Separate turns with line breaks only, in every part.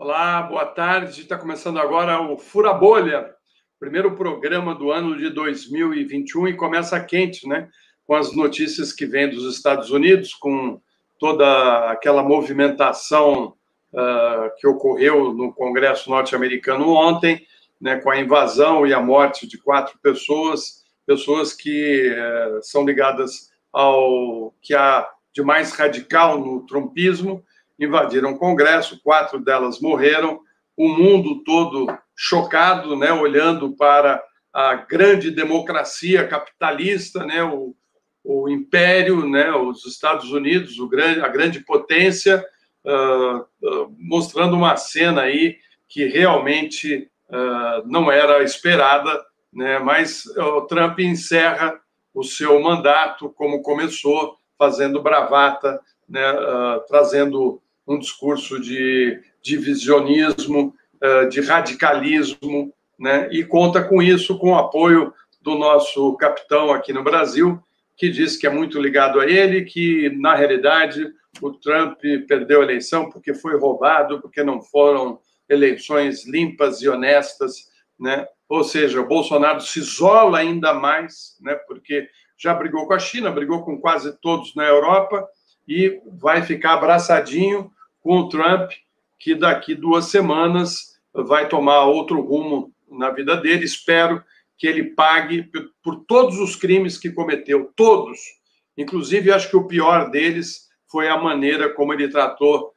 Olá, boa tarde. Está começando agora o Fura Bolha, primeiro programa do ano de 2021 e começa quente, né? Com as notícias que vêm dos Estados Unidos, com toda aquela movimentação que ocorreu no Congresso norte-americano ontem, né? Com a invasão e a morte de 4 pessoas que são ligadas ao que há de mais radical no trumpismo. Invadiram o Congresso, 4 delas morreram, o mundo todo chocado, né, olhando para a grande democracia capitalista, né, o império, né, os Estados Unidos, a grande potência, mostrando uma cena aí que realmente não era esperada, né, mas o Trump encerra o seu mandato como começou, fazendo bravata, né, trazendo um discurso de divisionismo, de radicalismo, né, e conta com isso, com o apoio do nosso capitão aqui no Brasil, que diz que é muito ligado a ele, que, na realidade, o Trump perdeu a eleição porque foi roubado, porque não foram eleições limpas e honestas, né? Ou seja, o Bolsonaro se isola ainda mais, né, porque já brigou com a China, brigou com quase todos na Europa e vai ficar abraçadinho com o Trump, que daqui 2 semanas vai tomar outro rumo na vida dele. Espero que ele pague por todos os crimes que cometeu, todos. Inclusive, acho que o pior deles foi a maneira como ele tratou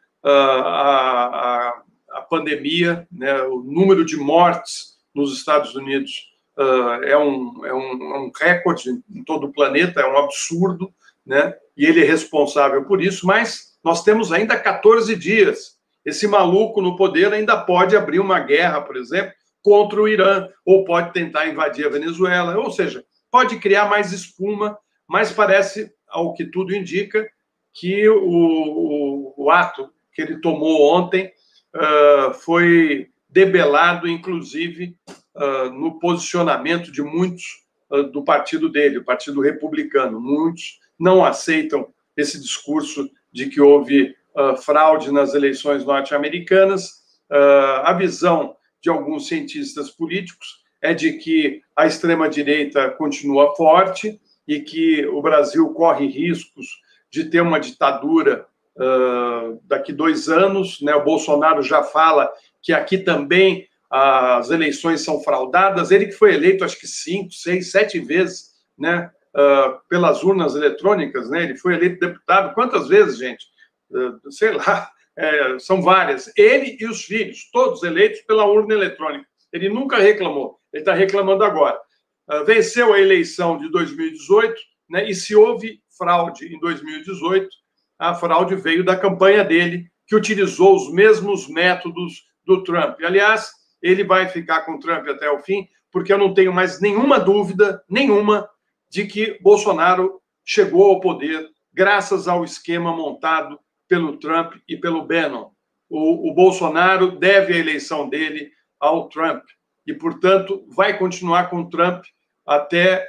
a pandemia, né, o número de mortes nos Estados Unidos é um recorde em todo o planeta, é um absurdo, né? E ele é responsável por isso, mas nós temos ainda 14 dias. Esse maluco no poder ainda pode abrir uma guerra, por exemplo, contra o Irã, ou pode tentar invadir a Venezuela, ou seja, pode criar mais espuma, mas parece, ao que tudo indica, que o ato que ele tomou ontem foi debelado, inclusive, no posicionamento de muitos do partido dele, o Partido Republicano. Muitos não aceitam esse discurso de que houve fraude nas eleições norte-americanas. A visão de alguns cientistas políticos é de que a extrema-direita continua forte e que o Brasil corre riscos de ter uma ditadura daqui 2 anos, né? O Bolsonaro já fala que aqui também as eleições são fraudadas. Ele que foi eleito, acho que 5, 6, 7 vezes, né? Pelas urnas eletrônicas, né? Ele foi eleito deputado. Quantas vezes, gente? Sei lá, são várias. Ele e os filhos, todos eleitos pela urna eletrônica. Ele nunca reclamou. Ele está reclamando agora. Venceu a eleição de 2018, né? E se houve fraude em 2018, a fraude veio da campanha dele, que utilizou os mesmos métodos do Trump. Aliás, ele vai ficar com o Trump até o fim, porque eu não tenho mais nenhuma dúvida, de que Bolsonaro chegou ao poder graças ao esquema montado pelo Trump e pelo Bannon. O Bolsonaro deve a eleição dele ao Trump e, portanto, vai continuar com o Trump até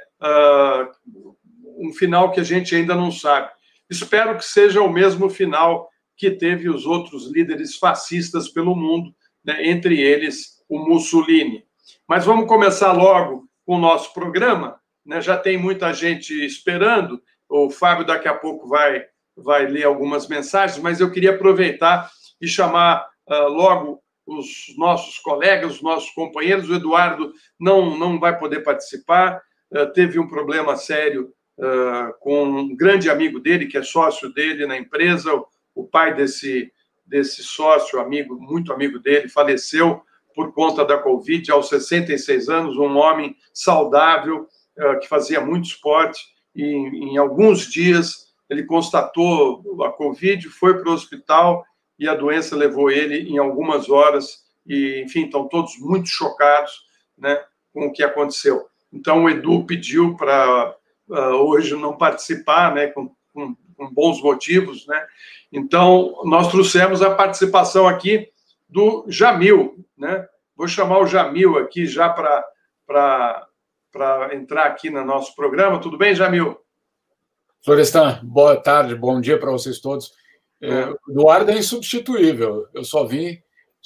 um final que a gente ainda não sabe. Espero que seja o mesmo final que teve os outros líderes fascistas pelo mundo, né, entre eles o Mussolini. Mas vamos começar logo com o nosso programa, né? Já tem muita gente esperando, o Fábio daqui a pouco vai ler algumas mensagens, mas eu queria aproveitar e chamar logo os nossos colegas, os nossos companheiros. O Eduardo não vai poder participar, teve um problema sério com um grande amigo dele, que é sócio dele na empresa. O pai desse sócio, muito amigo dele, faleceu por conta da Covid, aos 66 anos, um homem saudável, que fazia muito esporte, e em alguns dias ele constatou a Covid, foi para o hospital e a doença levou ele em algumas horas, e, enfim, estão todos muito chocados, né, com o que aconteceu. Então, o Edu pediu para hoje não participar, né, com bons motivos, né? Então, nós trouxemos a participação aqui do Jamil, né? Vou chamar o Jamil aqui já para entrar aqui no nosso programa. Tudo bem, Jamil?
Florestan, boa tarde, bom dia para vocês todos. O Eduardo é insubstituível. Eu só vim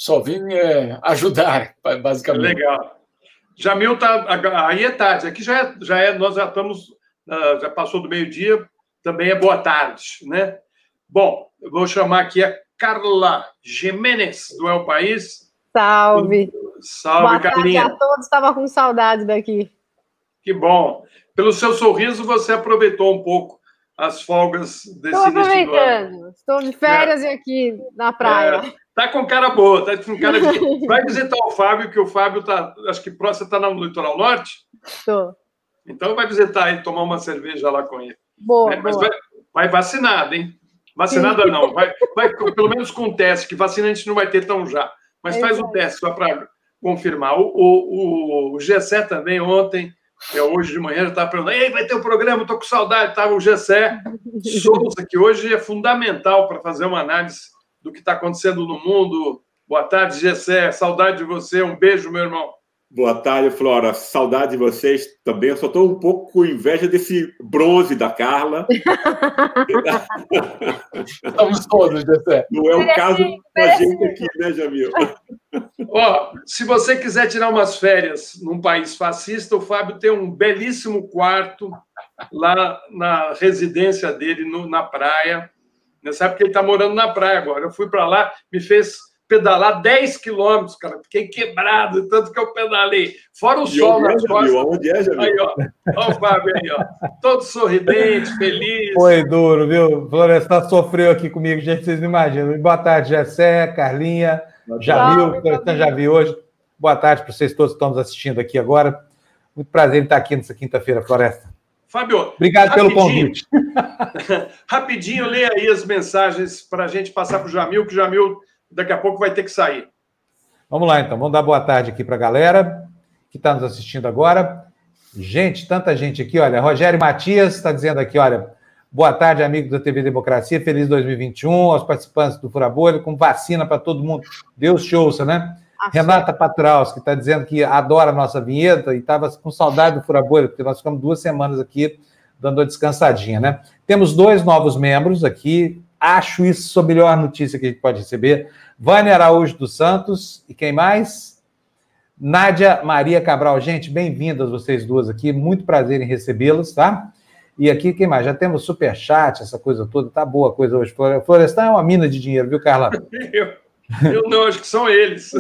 Só vim ajudar, basicamente.
Legal. Jamil, aí é tarde. Aqui nós já estamos, já passou do meio-dia, também é boa tarde, né? Bom, eu vou chamar aqui a Carla Jiménez, do El País.
Salve.
Salve,
boa
Carlinha.
tarde a todos, estava com saudade daqui.
Que bom. Pelo seu sorriso, você aproveitou um pouco as folgas desse início do ano.
Estou de férias e aqui na praia.
Tá com cara boa, tá com cara de... Vai visitar o Fábio, que o Fábio tá... Acho que você está no Litoral Norte?
Estou.
Então vai visitar ele, tomar uma cerveja lá com ele.
Boa,
Mas
boa.
vai vacinada, hein? Vacinada não. Vai pelo menos com teste, que vacina a gente não vai ter tão já. Mas faz um teste só para confirmar. O Gessé também ontem, hoje de manhã, já estava perguntando: ei, vai ter o programa, estou com saudade. Estava o Gessé Souza, que hoje é fundamental para fazer uma análise do que está acontecendo no mundo. Boa tarde, Gessé. Saudade de você. Um beijo, meu irmão.
Boa tarde, Flora. Saudade de vocês também. Eu só estou um pouco com inveja desse bronze da Carla.
Estamos todos, Gessé.
Não é o caso da gente aqui, né, Jamil?
Se você quiser tirar umas férias num país fascista, o Fábio tem um belíssimo quarto lá na residência dele, na praia. Você sabe que ele está morando na praia agora. Eu fui para lá, me fez pedalar 10 quilômetros, cara. Fiquei quebrado, tanto que eu pedalei. Fora o sol nas costas.
Onde é, Jamil?
Aí, ó. Olha o Fábio aí, ó. Todo sorridente, feliz.
Foi duro, viu? Florestan sofreu aqui comigo, gente, vocês não imaginam. Boa tarde, Gessé, Carlinha, Jamil, Florestan já vi hoje. Boa tarde para vocês todos que estão nos assistindo aqui agora. Muito prazer em estar aqui nessa quinta-feira, Floresta.
Fábio,
obrigado pelo convite.
Rapidinho, lê aí as mensagens para a gente passar para o Jamil, que o Jamil daqui a pouco vai ter que sair.
Vamos lá, então. Vamos dar boa tarde aqui para a galera que está nos assistindo agora. Gente, tanta gente aqui, olha. Rogério Matias está dizendo aqui, olha, boa tarde, amigos da TV Democracia, feliz 2021, aos participantes do Fura Bolha, com vacina para todo mundo. Deus te ouça, né? Renata Patraus, que está dizendo que adora a nossa vinheta e estava com saudade do Fura Bolha, porque nós ficamos 2 semanas aqui dando uma descansadinha, né? Temos 2 novos membros aqui. Acho isso a melhor notícia que a gente pode receber. Vânia Araújo dos Santos. E quem mais? Nádia Maria Cabral. Gente, bem-vindas vocês duas aqui. Muito prazer em recebê-las, tá? E aqui, quem mais? Já temos superchat, essa coisa toda. Tá boa a coisa hoje. Florestan é uma mina de dinheiro, viu, Carla?
Eu não, acho que são eles.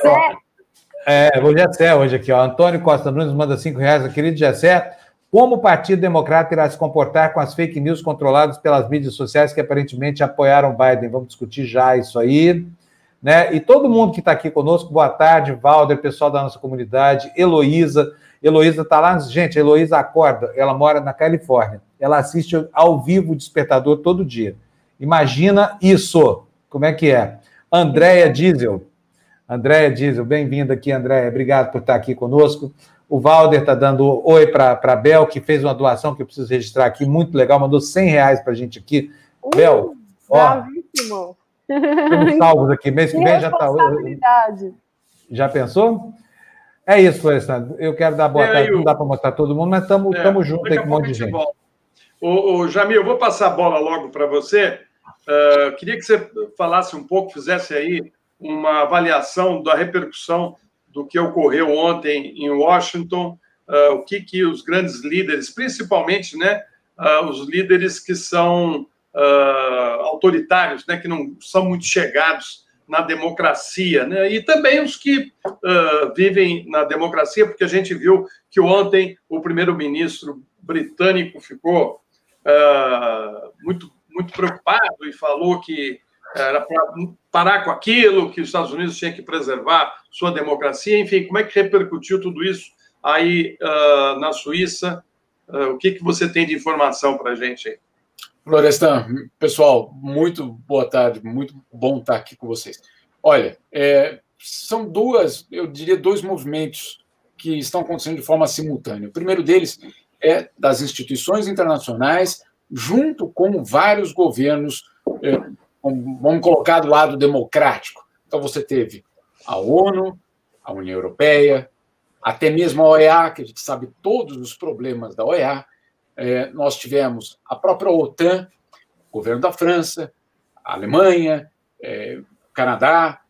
Gessé.
O Gessé hoje aqui, ó. Antônio Costa Nunes manda R$5. Querido Gessé, como o Partido Democrata irá se comportar com as fake news controladas pelas mídias sociais que aparentemente apoiaram Biden? Vamos discutir já isso aí, né? E todo mundo que está aqui conosco, boa tarde, Valder, pessoal da nossa comunidade, Heloísa. Heloísa está lá, gente, a Heloísa acorda, ela mora na Califórnia, ela assiste ao vivo o Despertador todo dia. Imagina isso, como é que é? Andréia Diesel, bem-vinda aqui, Andréia, obrigado por estar aqui conosco. O Valder está dando oi para a Bel, que fez uma doação que eu preciso registrar aqui, muito legal, mandou R$100 para a gente aqui. Bel, ó, estamos salvos aqui, mês que vem já está... Já pensou? É isso, Florestan, eu quero dar boa tarde, não dá para mostrar todo mundo, mas estamos juntos aí com um monte de gente.
Ô, Jamil, eu vou passar a bola logo para você. Queria que você falasse um pouco, fizesse aí uma avaliação da repercussão do que ocorreu ontem em Washington, o que os grandes líderes, principalmente, né, os líderes que são autoritários, né, que não são muito chegados na democracia, né, e também os que vivem na democracia, porque a gente viu que ontem o primeiro-ministro britânico ficou muito preocupado e falou que era para parar com aquilo, que os Estados Unidos tinham que preservar sua democracia. Enfim, como é que repercutiu tudo isso aí na Suíça? O que você tem de informação para a gente aí?
Florestan, pessoal, muito boa tarde, muito bom estar aqui com vocês. Olha, são eu diria, 2 movimentos que estão acontecendo de forma simultânea. O primeiro deles é das instituições internacionais, junto com vários governos, vamos colocar do lado democrático. Então, você teve a ONU, a União Europeia, até mesmo a OEA, que a gente sabe todos os problemas da OEA. Nós tivemos a própria OTAN, o governo da França, a Alemanha, o Canadá,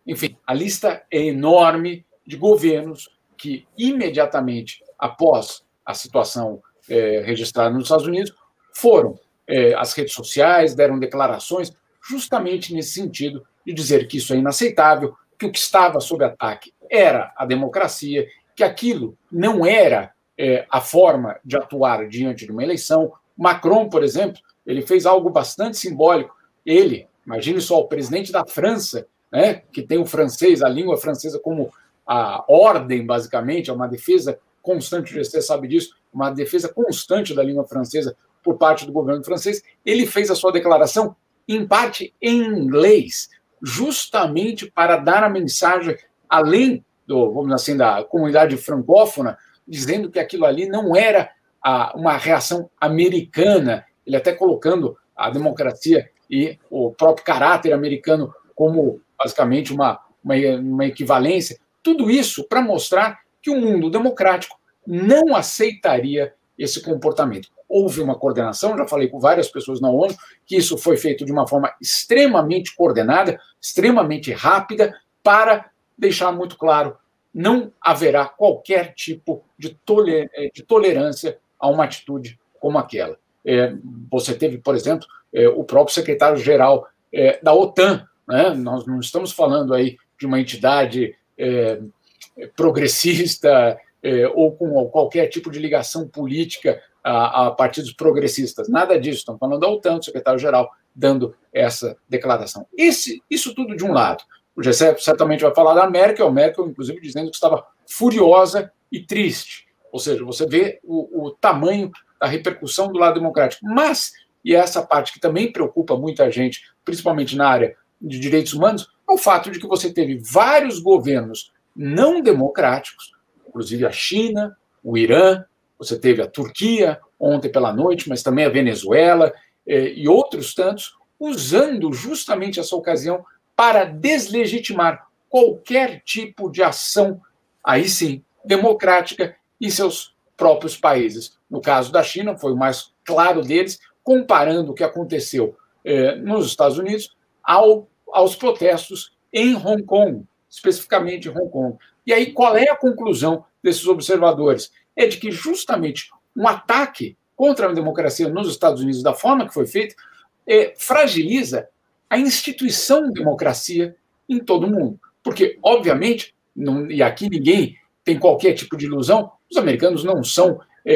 enfim, a lista é enorme de governos que, imediatamente após a situação registrada nos Estados Unidos, foram às redes sociais, deram declarações justamente nesse sentido de dizer que isso é inaceitável, que o que estava sob ataque era a democracia, que aquilo não era a forma de atuar diante de uma eleição. Macron, por exemplo, ele fez algo bastante simbólico. Ele, imagine só, o presidente da França, né, que tem o francês, a língua francesa como a ordem, basicamente, é uma defesa constante, você sabe disso, uma defesa constante da língua francesa por parte do governo francês. Ele fez a sua declaração, em parte em inglês, justamente para dar a mensagem, além vamos dizer assim, da comunidade francófona, dizendo que aquilo ali não era uma reação americana, ele até colocando a democracia e o próprio caráter americano como, basicamente, uma equivalência. Tudo isso para mostrar que o mundo democrático não aceitaria esse comportamento. Houve uma coordenação, já falei com várias pessoas na ONU, que isso foi feito de uma forma extremamente coordenada, extremamente rápida, para deixar muito claro, não haverá qualquer tipo de tolerância a uma atitude como aquela. Você teve, por exemplo, o próprio secretário-geral da OTAN, né? Nós não estamos falando aí de uma entidade progressista ou com qualquer tipo de ligação política a partidos progressistas. Nada disso. Estamos falando da OTAN, o secretário-geral dando essa declaração. Isso tudo de um lado. O Gessé certamente vai falar da Merkel, inclusive, dizendo que estava furiosa e triste. Ou seja, você vê o tamanho da repercussão do lado democrático. Mas, e essa parte que também preocupa muita gente, principalmente na área de direitos humanos, é o fato de que você teve vários governos não democráticos, inclusive a China, o Irã, você teve a Turquia ontem pela noite, mas também a Venezuela e outros tantos, usando justamente essa ocasião para deslegitimar qualquer tipo de ação, aí sim, democrática em seus próprios países. No caso da China, foi o mais claro deles, comparando o que aconteceu nos Estados Unidos aos protestos em Hong Kong, especificamente em Hong Kong. E aí, qual é a conclusão desses observadores? É de que justamente um ataque contra a democracia nos Estados Unidos, da forma que foi feito, fragiliza a instituição democracia em todo o mundo. Porque, obviamente, e aqui ninguém tem qualquer tipo de ilusão, os americanos não são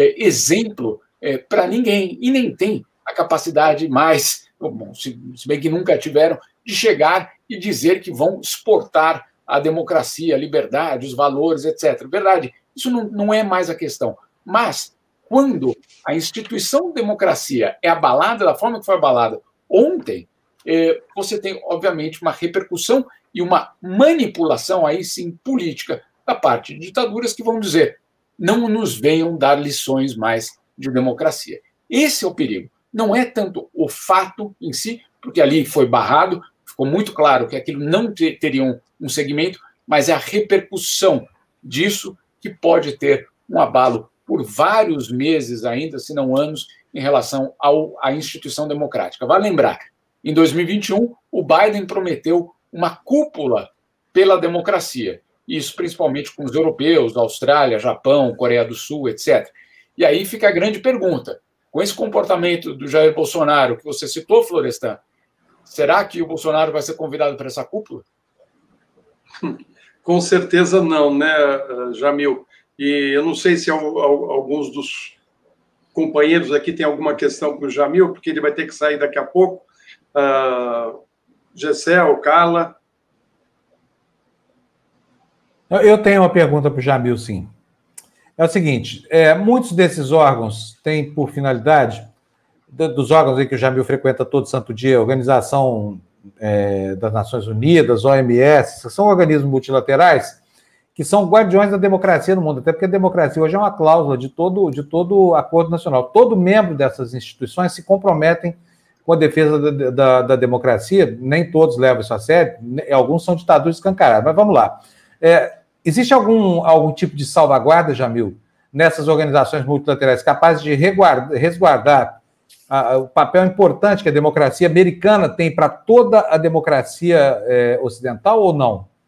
exemplo para ninguém e nem têm a capacidade mais, bom, se bem que nunca tiveram, de chegar e dizer que vão exportar a democracia, a liberdade, os valores, etc. Verdade, isso não é mais a questão. Mas, quando a instituição democracia é abalada da forma que foi abalada ontem, você tem, obviamente, uma repercussão e uma manipulação, aí sim, política, da parte de ditaduras que vão dizer: não nos venham dar lições mais de democracia. Esse é o perigo. Não é tanto o fato em si, porque ali foi barrado, ficou muito claro que aquilo não teria um segmento, mas é a repercussão disso que pode ter um abalo por vários meses ainda, se não anos, em relação à instituição democrática. Vale lembrar, em 2021, o Biden prometeu uma cúpula pela democracia, isso principalmente com os europeus, Austrália, Japão, Coreia do Sul, etc. E aí fica a grande pergunta, com esse comportamento do Jair Bolsonaro, que você citou, Florestan, será que o Bolsonaro vai ser convidado para essa cúpula?
Com certeza não, né, Jamil? E eu não sei se alguns dos companheiros aqui têm alguma questão para o Jamil, porque ele vai ter que sair daqui a pouco. Gessé ou Carla?
Eu tenho uma pergunta para o Jamil, sim. É o seguinte, muitos desses órgãos têm por finalidade, dos órgãos aí que o Jamil frequenta todo santo dia, Organização das Nações Unidas, OMS, são organismos multilaterais que são guardiões da democracia no mundo, até porque a democracia hoje é uma cláusula de todo acordo nacional. Todo membro dessas instituições se comprometem com a defesa da democracia, nem todos levam isso a sério, alguns são ditadores escancarados, mas vamos lá. Existe algum tipo de salvaguarda, Jamil, nessas organizações multilaterais capazes de resguardar o papel importante que a democracia americana tem para toda a democracia ocidental ou não?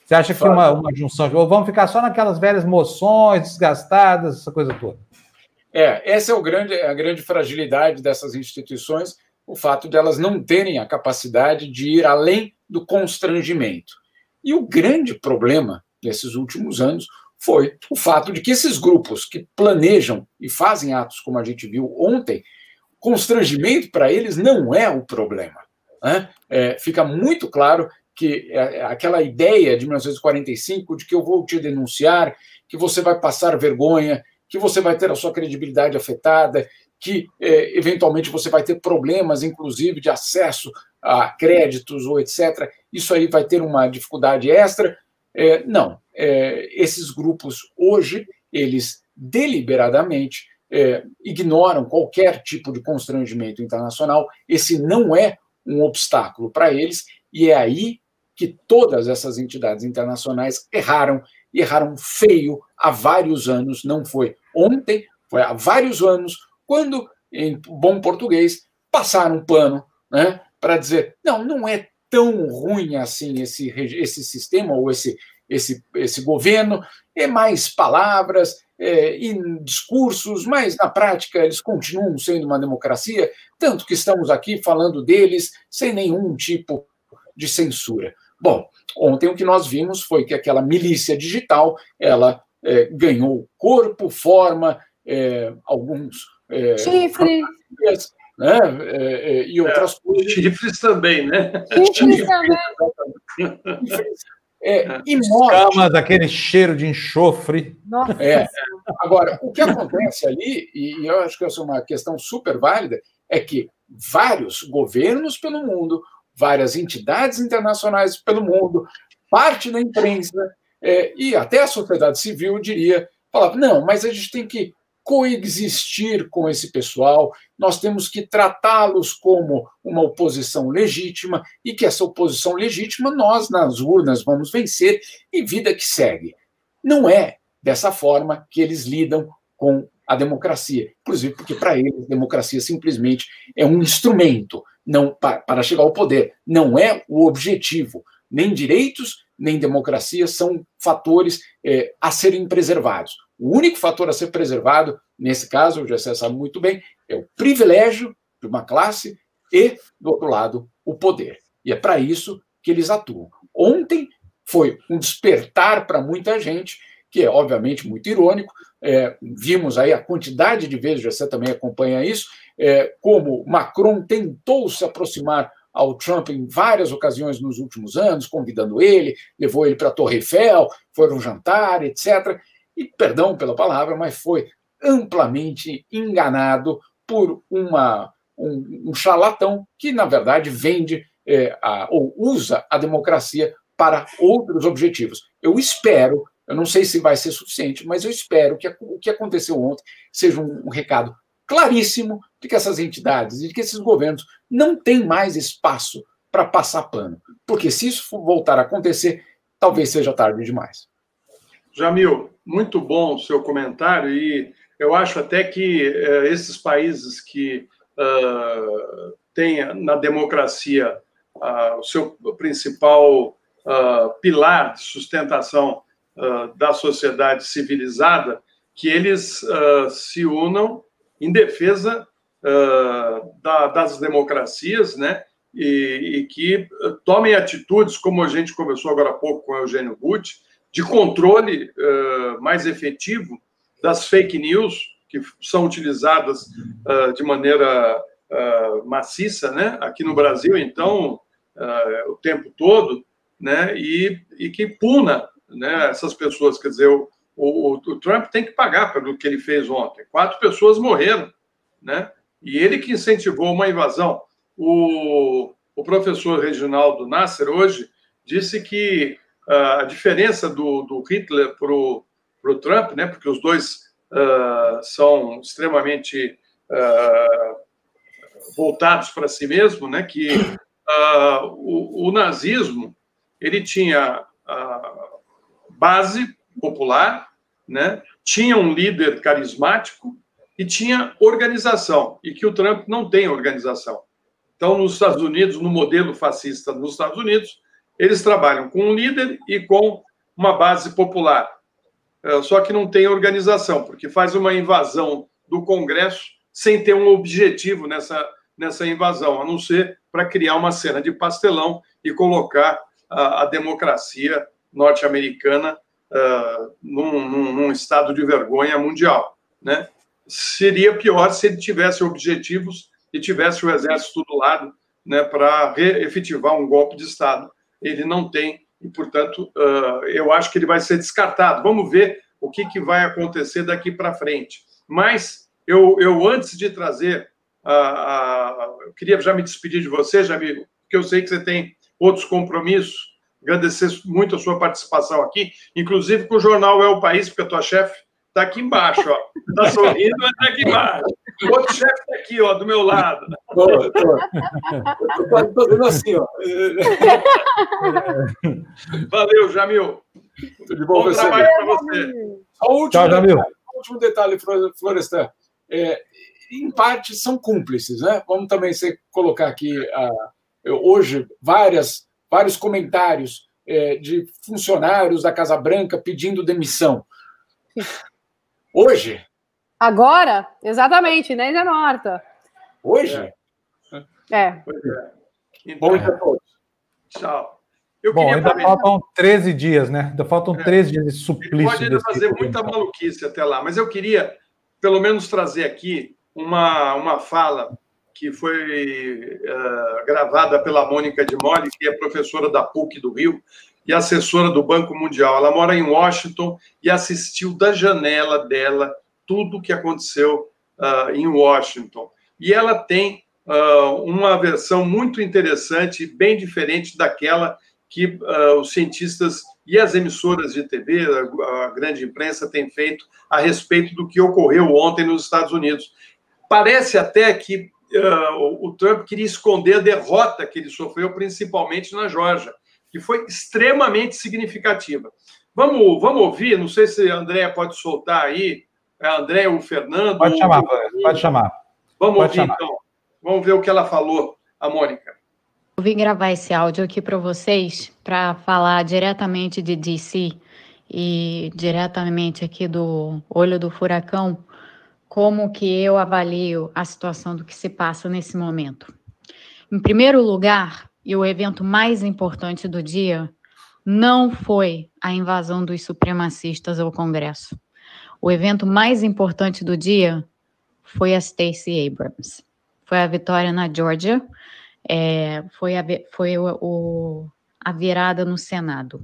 Você acha que uma junção, ou vamos ficar só naquelas velhas moções desgastadas, essa coisa toda?
Essa é a grande fragilidade dessas instituições, o fato de elas não terem a capacidade de ir além do constrangimento. E o grande problema nesses últimos anos foi o fato de que esses grupos que planejam e fazem atos, como a gente viu ontem, constrangimento para eles não é o problema. Né? Fica muito claro que aquela ideia de 1945 de que eu vou te denunciar, que você vai passar vergonha, que você vai ter a sua credibilidade afetada, que eventualmente você vai ter problemas, inclusive, de acesso a créditos ou etc. Isso aí vai ter uma dificuldade extra. Não. Esses grupos, hoje, eles deliberadamente ignoram qualquer tipo de constrangimento internacional. Esse não é um obstáculo para eles, e é aí que todas essas entidades internacionais erraram, e erraram feio há vários anos. Não foi ontem, foi há vários anos, quando, em bom português, passaram um pano, né, para dizer, não é tão ruim assim esse sistema ou esse governo, é mais palavras e discursos, mas na prática eles continuam sendo uma democracia, tanto que estamos aqui falando deles sem nenhum tipo de censura. Bom, ontem o que nós vimos foi que aquela milícia digital, ela ganhou corpo, forma, alguns...
chifre.
Né, e outras coisas.
Chifres também, né?
Chifres também.
E morte.
Camas, aquele cheiro de enxofre.
Nossa.
Agora, o que acontece ali, e eu acho que essa é uma questão super válida, é que vários governos pelo mundo, várias entidades internacionais pelo mundo, parte da imprensa e até a sociedade civil, eu diria, falava, não, mas a gente tem que coexistir com esse pessoal, nós temos que tratá-los como uma oposição legítima e que essa oposição legítima nós, nas urnas, vamos vencer e vida que segue. Não é dessa forma que eles lidam com a democracia, inclusive porque para eles a democracia simplesmente é um instrumento não para chegar ao poder, não é o objetivo. Nem direitos, nem democracia são fatores a serem preservados. O único fator a ser preservado, nesse caso, o Gessé sabe muito bem, é o privilégio de uma classe e, do outro lado, o poder. E é para isso que eles atuam. Ontem foi um despertar para muita gente, que é, obviamente, muito irônico. Vimos aí a quantidade de vezes, você também acompanha isso, como Macron tentou se aproximar ao Trump em várias ocasiões nos últimos anos, convidando ele, levou ele para a Torre Eiffel, foram jantar, etc., e, perdão pela palavra, mas foi amplamente enganado por um charlatão que, na verdade, vende ou usa a democracia para outros objetivos. Eu não sei se vai ser suficiente, mas eu espero que o que aconteceu ontem seja um recado claríssimo de que essas entidades e de que esses governos não têm mais espaço para passar pano. Porque se isso voltar a acontecer, talvez seja tarde demais.
Jamil, muito bom o seu comentário, e eu acho até que esses países que têm na democracia o seu principal pilar de sustentação da sociedade civilizada, que eles se unam em defesa das democracias, né? E que tomem atitudes, como a gente conversou agora há pouco com o Eugênio Butti, de controle mais efetivo das fake news, que são utilizadas de maneira maciça, né? Aqui no Brasil, então, o tempo todo, né? E que puna, né, essas pessoas. Quer dizer, o Trump tem que pagar pelo que ele fez ontem. 4 pessoas morreram, né? E ele que incentivou uma invasão. O professor Reginaldo Nasser hoje disse que a diferença do Hitler para o Trump, né, porque os dois são extremamente voltados para si mesmo, né, que o nazismo ele tinha base popular, né, tinha um líder carismático e tinha organização, e que o Trump não tem organização. Então, nos Estados Unidos, no modelo fascista nos Estados Unidos, eles trabalham com um líder e com uma base popular. Só que não tem organização, porque faz uma invasão do Congresso sem ter um objetivo nessa invasão, a não ser para criar uma cena de pastelão e colocar a democracia norte-americana num estado de vergonha mundial, né? Seria pior se ele tivesse objetivos e tivesse o exército do lado, né, para efetivar um golpe de Estado. Ele não tem, e, portanto, eu acho que ele vai ser descartado. Vamos ver o que vai acontecer daqui para frente. Mas eu antes de trazer, eu queria já me despedir de você, Jamil, porque eu sei que você tem outros compromissos. Agradecer muito a sua participação aqui, inclusive com o jornal É o País, porque a tua chefe está aqui embaixo, ó. Está sorrindo, mas está aqui embaixo. O outro chefe está aqui, ó, do meu lado.
Estou fazendo assim, ó.
Valeu, Jamil.
Tudo bom,
bom trabalho para você.
Tchau, Jamil. O último detalhe, Florestan. Em parte, são cúmplices, né? Vamos também colocar aqui, hoje, vários comentários de funcionários da Casa Branca pedindo demissão. Hoje?
Agora? Exatamente, né, Inês Norta?
Hoje?
Pois é.
Bom dia a todos.
Tchau.
Bom, ainda faltam 13 dias, né? Ainda faltam 13 dias de suplício.
Pode ainda fazer muita maluquice até lá, mas eu queria, pelo menos, trazer aqui uma fala que foi gravada pela Mônica de Moli, que é professora da PUC do Rio e assessora do Banco Mundial. Ela mora em Washington e assistiu da janela dela tudo o que aconteceu em Washington. E ela tem uma versão muito interessante, bem diferente daquela que os cientistas e as emissoras de TV, a grande imprensa, têm feito a respeito do que ocorreu ontem nos Estados Unidos. Parece até que o Trump queria esconder a derrota que ele sofreu, principalmente na Geórgia, que foi extremamente significativa. Vamos ouvir, não sei se a Andréa pode soltar aí, a Andréa ou o Fernando.
Pode chamar, pode chamar.
Vamos ouvir, então. Vamos ver o que ela falou, a Mônica.
Eu vim gravar esse áudio aqui para vocês, para falar diretamente de DC e diretamente aqui do olho do furacão, como que eu avalio a situação do que se passa nesse momento. Em primeiro lugar, e o evento mais importante do dia, não foi a invasão dos supremacistas ao Congresso. O evento mais importante do dia foi a Stacey Abrams. Foi a vitória na Geórgia, foi a virada no Senado.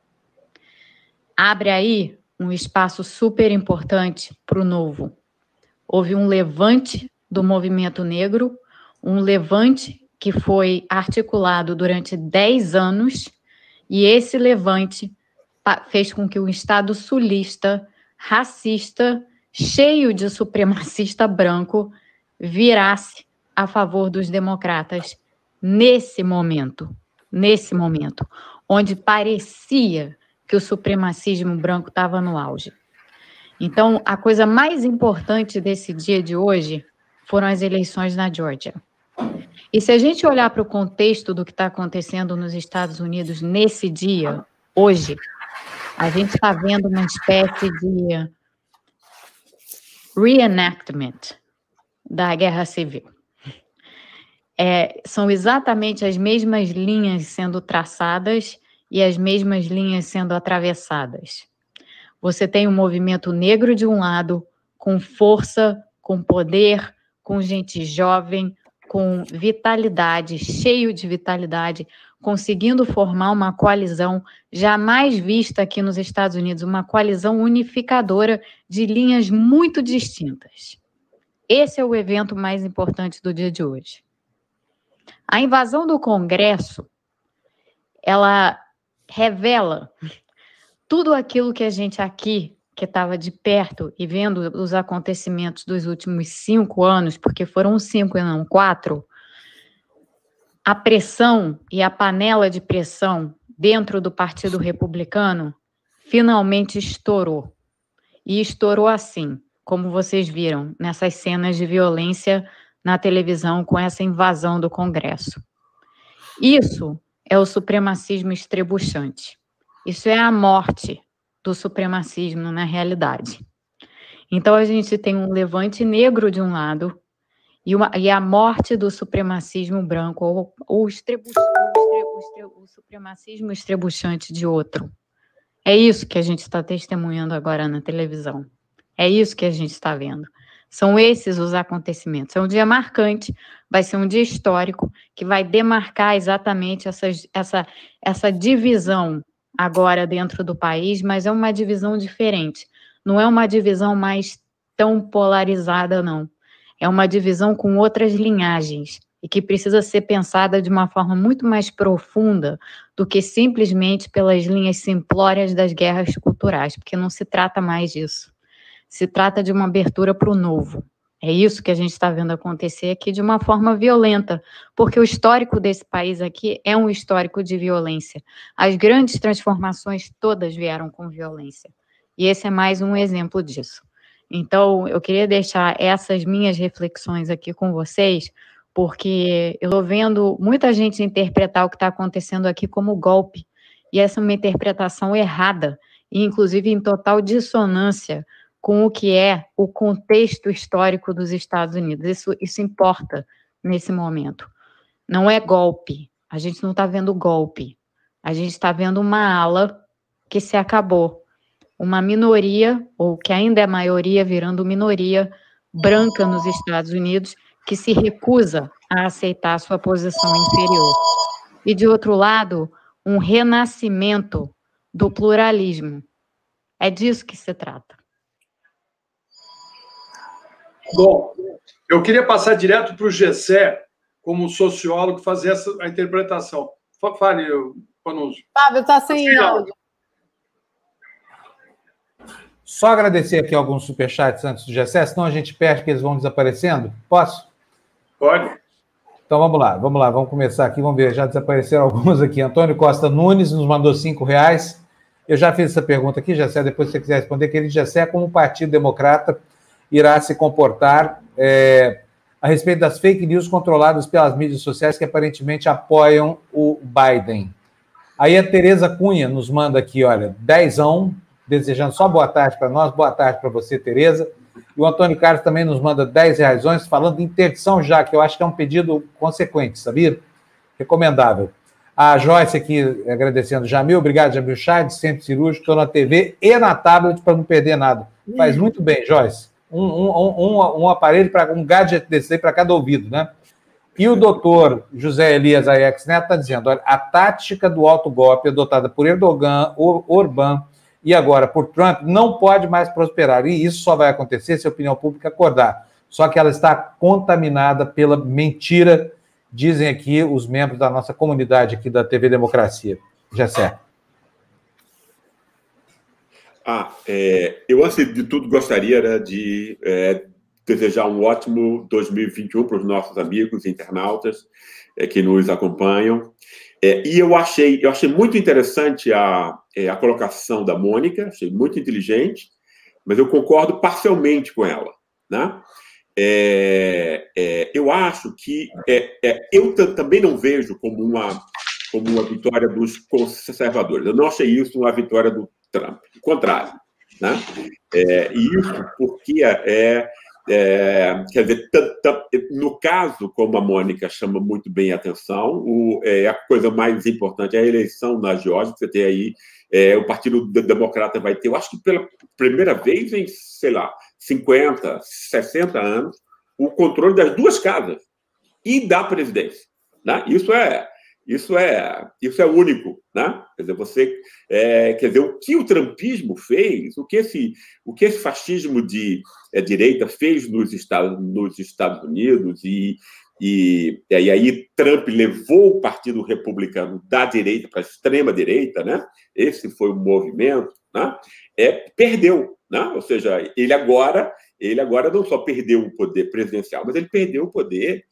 Abre aí um espaço super importante para o novo. Houve um levante do movimento negro, um levante que foi articulado durante 10 anos, e esse levante fez com que o Estado sulista, racista, cheio de supremacista branco, virasse a favor dos democratas nesse momento, onde parecia que o supremacismo branco estava no auge. Então, a coisa mais importante desse dia de hoje foram as eleições na Geórgia. E se a gente olhar para o contexto do que está acontecendo nos Estados Unidos nesse dia, hoje, a gente está vendo uma espécie de reenactment da Guerra Civil. São exatamente as mesmas linhas sendo traçadas e as mesmas linhas sendo atravessadas. Você tem um movimento negro de um lado, com força, com poder, com gente jovem, com vitalidade, cheio de vitalidade, conseguindo formar uma coalizão jamais vista aqui nos Estados Unidos, uma coalizão unificadora de linhas muito distintas. Esse é o evento mais importante do dia de hoje. A invasão do Congresso, ela revela tudo aquilo que a gente aqui, que estava de perto e vendo os acontecimentos dos últimos 5 anos, porque foram 5 e não 4, a pressão e a panela de pressão dentro do Partido Republicano finalmente estourou. E estourou assim, como vocês viram, nessas cenas de violência na televisão com essa invasão do Congresso. Isso é o supremacismo estrebuchante. Isso é a morte do supremacismo na realidade. Então, a gente tem um levante negro de um lado e a morte do supremacismo branco, ou o supremacismo estrebuchante de outro. É isso que a gente está testemunhando agora na televisão. É isso que a gente está vendo. São esses os acontecimentos. É um dia marcante, vai ser um dia histórico, que vai demarcar exatamente essa divisão agora dentro do país, mas é uma divisão diferente. Não é uma divisão mais tão polarizada, não. É uma divisão com outras linhagens e que precisa ser pensada de uma forma muito mais profunda do que simplesmente pelas linhas simplórias das guerras culturais, porque não se trata mais disso. Se trata de uma abertura para o novo. É isso que a gente está vendo acontecer aqui de uma forma violenta, porque o histórico desse país aqui é um histórico de violência. As grandes transformações todas vieram com violência. E esse é mais um exemplo disso. Então, eu queria deixar essas minhas reflexões aqui com vocês, porque eu estou vendo muita gente interpretar o que está acontecendo aqui como golpe, e essa é uma interpretação errada, e inclusive em total dissonância com o que é o contexto histórico dos Estados Unidos. Isso importa nesse momento. Não é golpe, a gente não está vendo golpe, a gente está vendo uma ala que se acabou. Uma minoria, ou que ainda é maioria, virando minoria, branca nos Estados Unidos, que se recusa a aceitar a sua posição inferior. E, de outro lado, um renascimento do pluralismo. É disso que se trata.
Bom, eu queria passar direto para o Gessé, como sociólogo, fazer a interpretação. Fale, Panunzio.
Fábio, está sem áudio.
Só agradecer aqui alguns superchats antes do Gessé, senão a gente perde que eles vão desaparecendo. Posso?
Pode.
Então vamos lá, vamos começar aqui, vamos ver, já desapareceram alguns aqui. Antônio Costa Nunes nos mandou R$5. Eu já fiz essa pergunta aqui, Gessé, depois se você quiser responder, querido Gessé, como o Partido Democrata irá se comportar a respeito das fake news controladas pelas mídias sociais que aparentemente apoiam o Biden. Aí a Tereza Cunha nos manda aqui, olha, 10ão, desejando só boa tarde para nós, boa tarde para você, Tereza. E o Antônio Carlos também nos manda R$10, falando de interdição já, que eu acho que é um pedido consequente, sabia? Recomendável. A Joyce aqui agradecendo, Jamil, obrigado, Jamil Chad, Centro Cirúrgico, estou na TV e na tablet para não perder nada. Faz muito bem, Joyce. Um aparelho, um gadget desse aí para cada ouvido, né? E o doutor José Elias Aiex Neto está dizendo, olha, a tática do autogolpe adotada por Erdogan, Orbán e agora por Trump não pode mais prosperar. E isso só vai acontecer se a opinião pública acordar. Só que ela está contaminada pela mentira, dizem aqui os membros da nossa comunidade aqui da TV Democracia. Gessé.
Eu, antes de tudo, gostaria de desejar um ótimo 2021 para os nossos amigos internautas que nos acompanham. E eu achei muito interessante a colocação da Mônica, achei muito inteligente, mas eu concordo parcialmente com ela, né? Eu acho que eu também não vejo como uma vitória dos conservadores. Eu não achei isso uma vitória do Trump. O contrário, né? E isso porque quer dizer, no caso, como a Mônica chama muito bem a atenção, a coisa mais importante é a eleição na Geórgia. Você tem aí o Partido Democrata vai ter, eu acho que pela primeira vez em, sei lá, 50, 60 anos, o controle das duas casas e da presidência, né? Isso é único, né? Quer dizer, o que o trumpismo fez, o que esse fascismo de direita fez nos Estados Unidos e aí Trump levou o Partido Republicano da direita para a extrema direita, né? Esse foi o movimento, né? Perdeu, né? Ou seja, ele agora não só perdeu o poder presidencial, mas ele perdeu o poder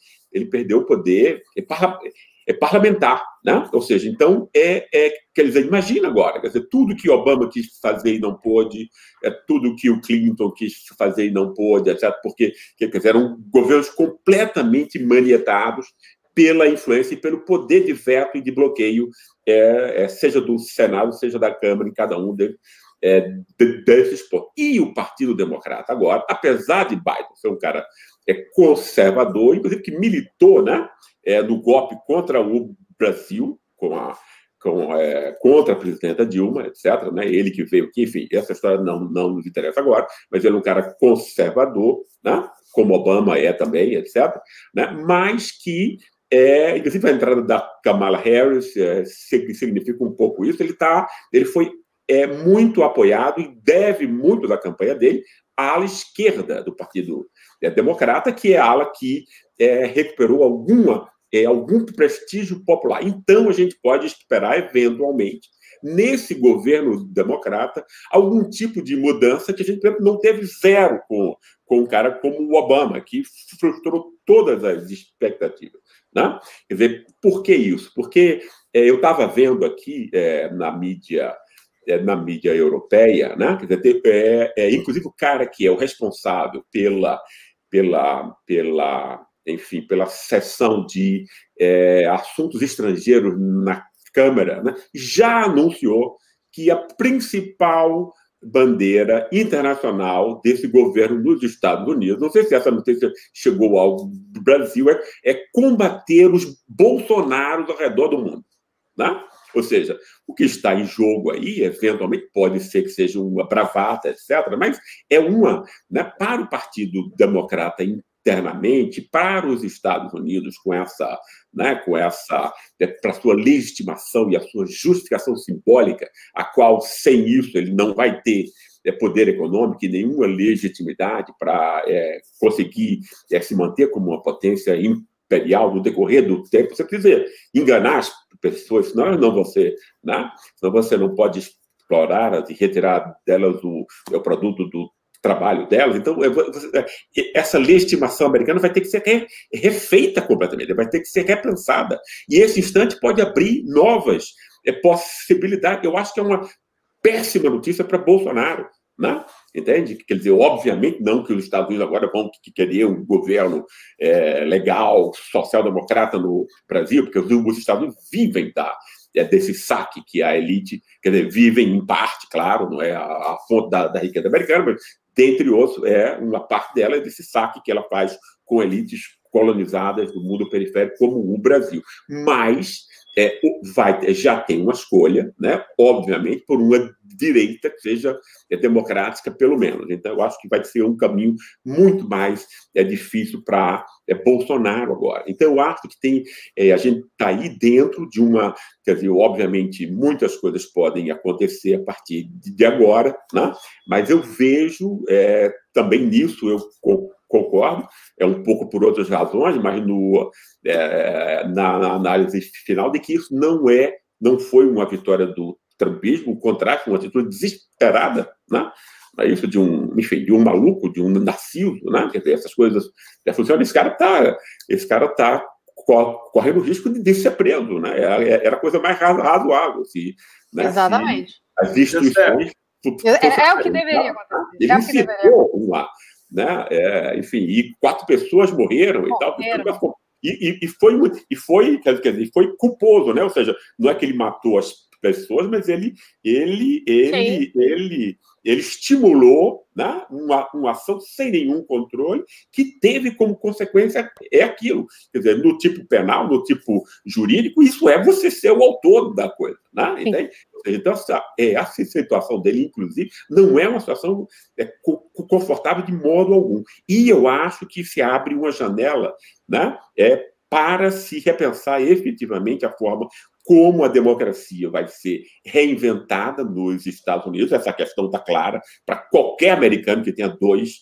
parlamentar, né? Ou seja, então, quer dizer, imagina agora, quer dizer, tudo que Obama quis fazer e não pôde, tudo que o Clinton quis fazer e não pôde, etc., porque, quer dizer, eram governos completamente manietados pela influência e pelo poder de veto e de bloqueio, seja do Senado, seja da Câmara, em cada um desses pontos. E o Partido Democrata agora, apesar de Biden ser um cara conservador, inclusive que militou, né, no golpe contra o Brasil, contra a presidenta Dilma, etc., né? Ele que veio aqui, enfim, essa história não nos interessa agora, mas ele é um cara conservador, né? Como Obama também, etc., né? Mas que, inclusive a entrada da Kamala Harris significa um pouco isso. Ele foi muito apoiado e deve muito da campanha dele à ala esquerda do Partido Democrata, que é a ala que recuperou algum prestígio popular. Então, a gente pode esperar, eventualmente, nesse governo democrata, algum tipo de mudança que a gente, por exemplo, não teve zero com um cara como o Obama, que frustrou todas as expectativas. Né? Quer dizer, por que isso? Porque eu estava vendo aqui na mídia europeia, né? Quer dizer, inclusive o cara que é o responsável pela seção de assuntos estrangeiros na Câmara, né, já anunciou que a principal bandeira internacional desse governo dos Estados Unidos, não sei se essa notícia chegou ao Brasil, é combater os Bolsonaros ao redor do mundo. Né? Ou seja, o que está em jogo aí, eventualmente, pode ser que seja uma bravata, etc., mas né, para o Partido Democrata internamente, para os Estados Unidos, para sua legitimação e a sua justificação simbólica, a qual, sem isso, ele não vai ter poder econômico e nenhuma legitimidade para conseguir se manter como uma potência imperial no decorrer do tempo. Você precisa enganar as pessoas, senão você não pode explorá-las e retirar delas o produto do trabalho delas. Então, essa legitimação americana vai ter que ser refeita completamente, vai ter que ser repensada. E esse instante pode abrir novas possibilidades. Eu acho que é uma péssima notícia para Bolsonaro. Né? Entende? Quer dizer, obviamente não que os Estados Unidos agora vão querer um governo legal, social-democrata no Brasil, porque os Estados Unidos vivem desse saque que a elite, quer dizer, vivem em parte, claro, não é a fonte da riqueza americana, mas, dentre outros, uma parte dela é desse saque que ela faz com elites colonizadas do mundo periférico, como o Brasil. Mas já tem uma escolha, né, obviamente, por uma direita que seja democrática, pelo menos. Então, eu acho que vai ser um caminho muito mais difícil para Bolsonaro agora. Então, eu acho que a gente está aí dentro de uma... Quer dizer, obviamente, muitas coisas podem acontecer a partir de agora, né? Mas eu vejo também nisso, eu concordo, um pouco por outras razões, mas na análise final de que isso não foi uma vitória do trumpismo, o contrário, uma atitude desesperada, né? Isso de um maluco, de um narciso, né? Quer dizer, essas coisas funcionam. Esse cara tá correndo o risco de ser preso, né? Era a coisa mais razoável. Né?
Exatamente.
As instituições...
É o que deveria acontecer.
Ele incitou né? Enfim, e 4 pessoas morreram e tal. E foi culposo, né? Ou seja, não é que ele matou as pessoas, mas ele estimulou, né, uma ação sem nenhum controle que teve como consequência aquilo. Quer dizer, no tipo penal, no tipo jurídico, isso é você ser o autor da coisa. Né? Entende? Então, essa situação dele, inclusive, não é uma situação confortável de modo algum. E eu acho que se abre uma janela, né, para se repensar efetivamente a forma como a democracia vai ser reinventada nos Estados Unidos. Essa questão está clara para qualquer americano que tenha dois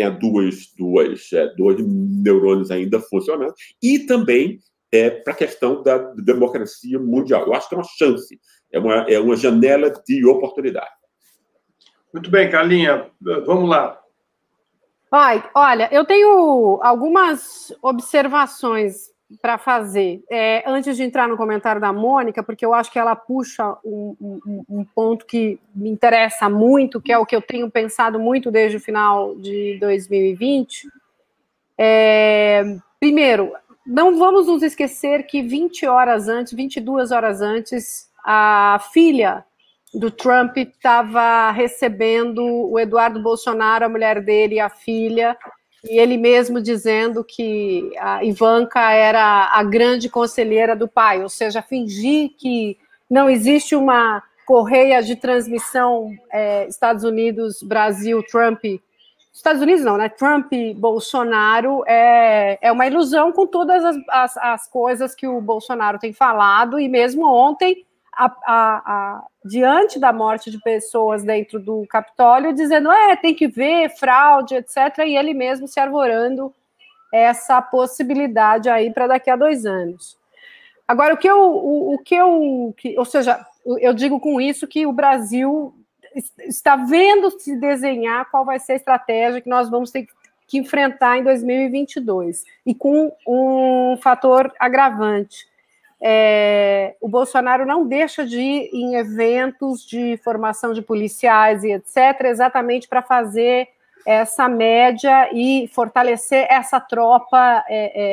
neurônios ainda funcionando, e também para a questão da democracia mundial. Eu acho que é uma chance, é uma janela de oportunidade.
Muito bem, Carlinha, vamos lá.
Olha, eu tenho algumas observações para fazer. Antes de entrar no comentário da Mônica, porque eu acho que ela puxa um ponto que me interessa muito, que é o que eu tenho pensado muito desde o final de 2020. Primeiro, não vamos nos esquecer que 22 horas antes, a filha do Trump estava recebendo o Eduardo Bolsonaro, a mulher dele e a filha, e ele mesmo dizendo que a Ivanka era a grande conselheira do pai, ou seja, fingir que não existe uma correia de transmissão Estados Unidos, Brasil, Trump. Estados Unidos não, né? Trump, Bolsonaro é uma ilusão com todas as coisas que o Bolsonaro tem falado, e mesmo ontem, diante da morte de pessoas dentro do Capitólio, dizendo, tem que ver, fraude, etc., e ele mesmo se arvorando essa possibilidade aí para daqui a 2 anos. Agora, ou seja, eu digo com isso que o Brasil está vendo se desenhar qual vai ser a estratégia que nós vamos ter que enfrentar em 2022, e com um fator agravante. O Bolsonaro não deixa de ir em eventos de formação de policiais e etc., exatamente para fazer essa média e fortalecer essa tropa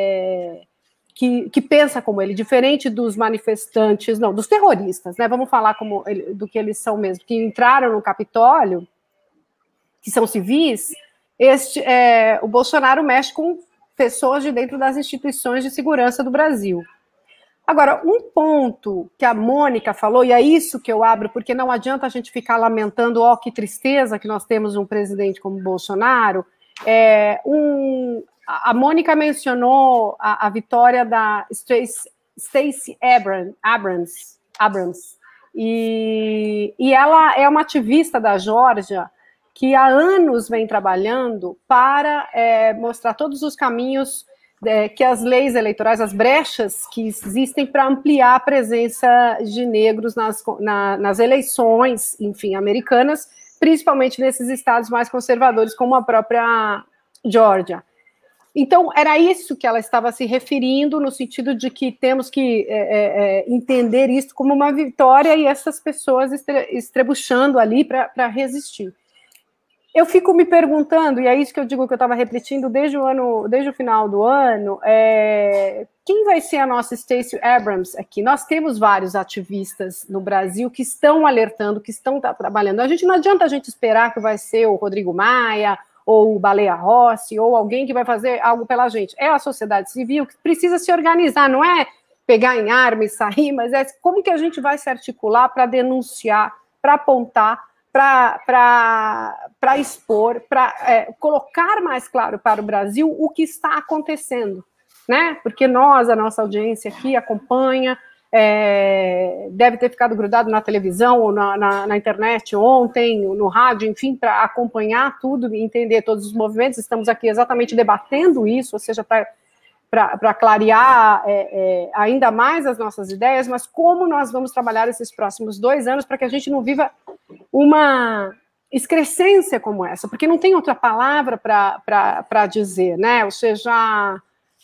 que pensa como ele, diferente dos manifestantes, não, dos terroristas, né? Vamos falar do que eles são mesmo, que entraram no Capitólio, que são civis. O Bolsonaro mexe com pessoas de dentro das instituições de segurança do Brasil. Agora, um ponto que a Mônica falou, e é isso que eu abro, porque não adianta a gente ficar lamentando, que tristeza que nós temos um presidente como Bolsonaro. A Mônica mencionou a vitória da Stacey Abrams, e ela é uma ativista da Geórgia que há anos vem trabalhando para mostrar todos os caminhos que as leis eleitorais, as brechas que existem para ampliar a presença de negros nas eleições, enfim, americanas, principalmente nesses estados mais conservadores, como a própria Geórgia. Então, era isso que ela estava se referindo, no sentido de que temos que entender isso como uma vitória e essas pessoas estrebuchando ali para resistir. Eu fico me perguntando, e é isso que eu digo que eu estava repetindo desde o final do ano, quem vai ser a nossa Stacey Abrams aqui? Nós temos vários ativistas no Brasil que estão alertando, que estão trabalhando. Não adianta a gente esperar que vai ser o Rodrigo Maia, ou o Baleia Rossi, ou alguém que vai fazer algo pela gente. É a sociedade civil que precisa se organizar, não é pegar em arma e sair, mas é como que a gente vai se articular para denunciar, para apontar, para expor, para colocar mais claro para o Brasil o que está acontecendo, né? Porque a nossa audiência aqui acompanha, deve ter ficado grudado na televisão ou na internet ontem, no rádio, enfim, para acompanhar tudo e entender todos os movimentos. Estamos aqui exatamente debatendo isso, ou seja, para clarear ainda mais as nossas ideias, mas como nós vamos trabalhar esses próximos 2 anos para que a gente não viva uma excrescência como essa, porque não tem outra palavra para dizer, né? Ou seja,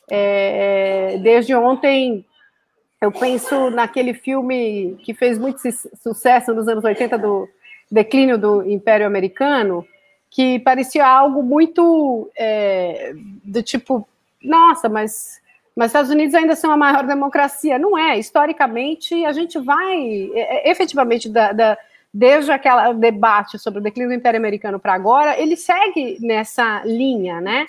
desde ontem eu penso naquele filme que fez muito sucesso nos anos 80, do declínio do Império Americano, que parecia algo muito do tipo, nossa, mas Estados Unidos ainda são a maior democracia. Não é, historicamente, a gente vai, efetivamente, desde aquele debate sobre o declínio do Império Americano para agora, ele segue nessa linha, né?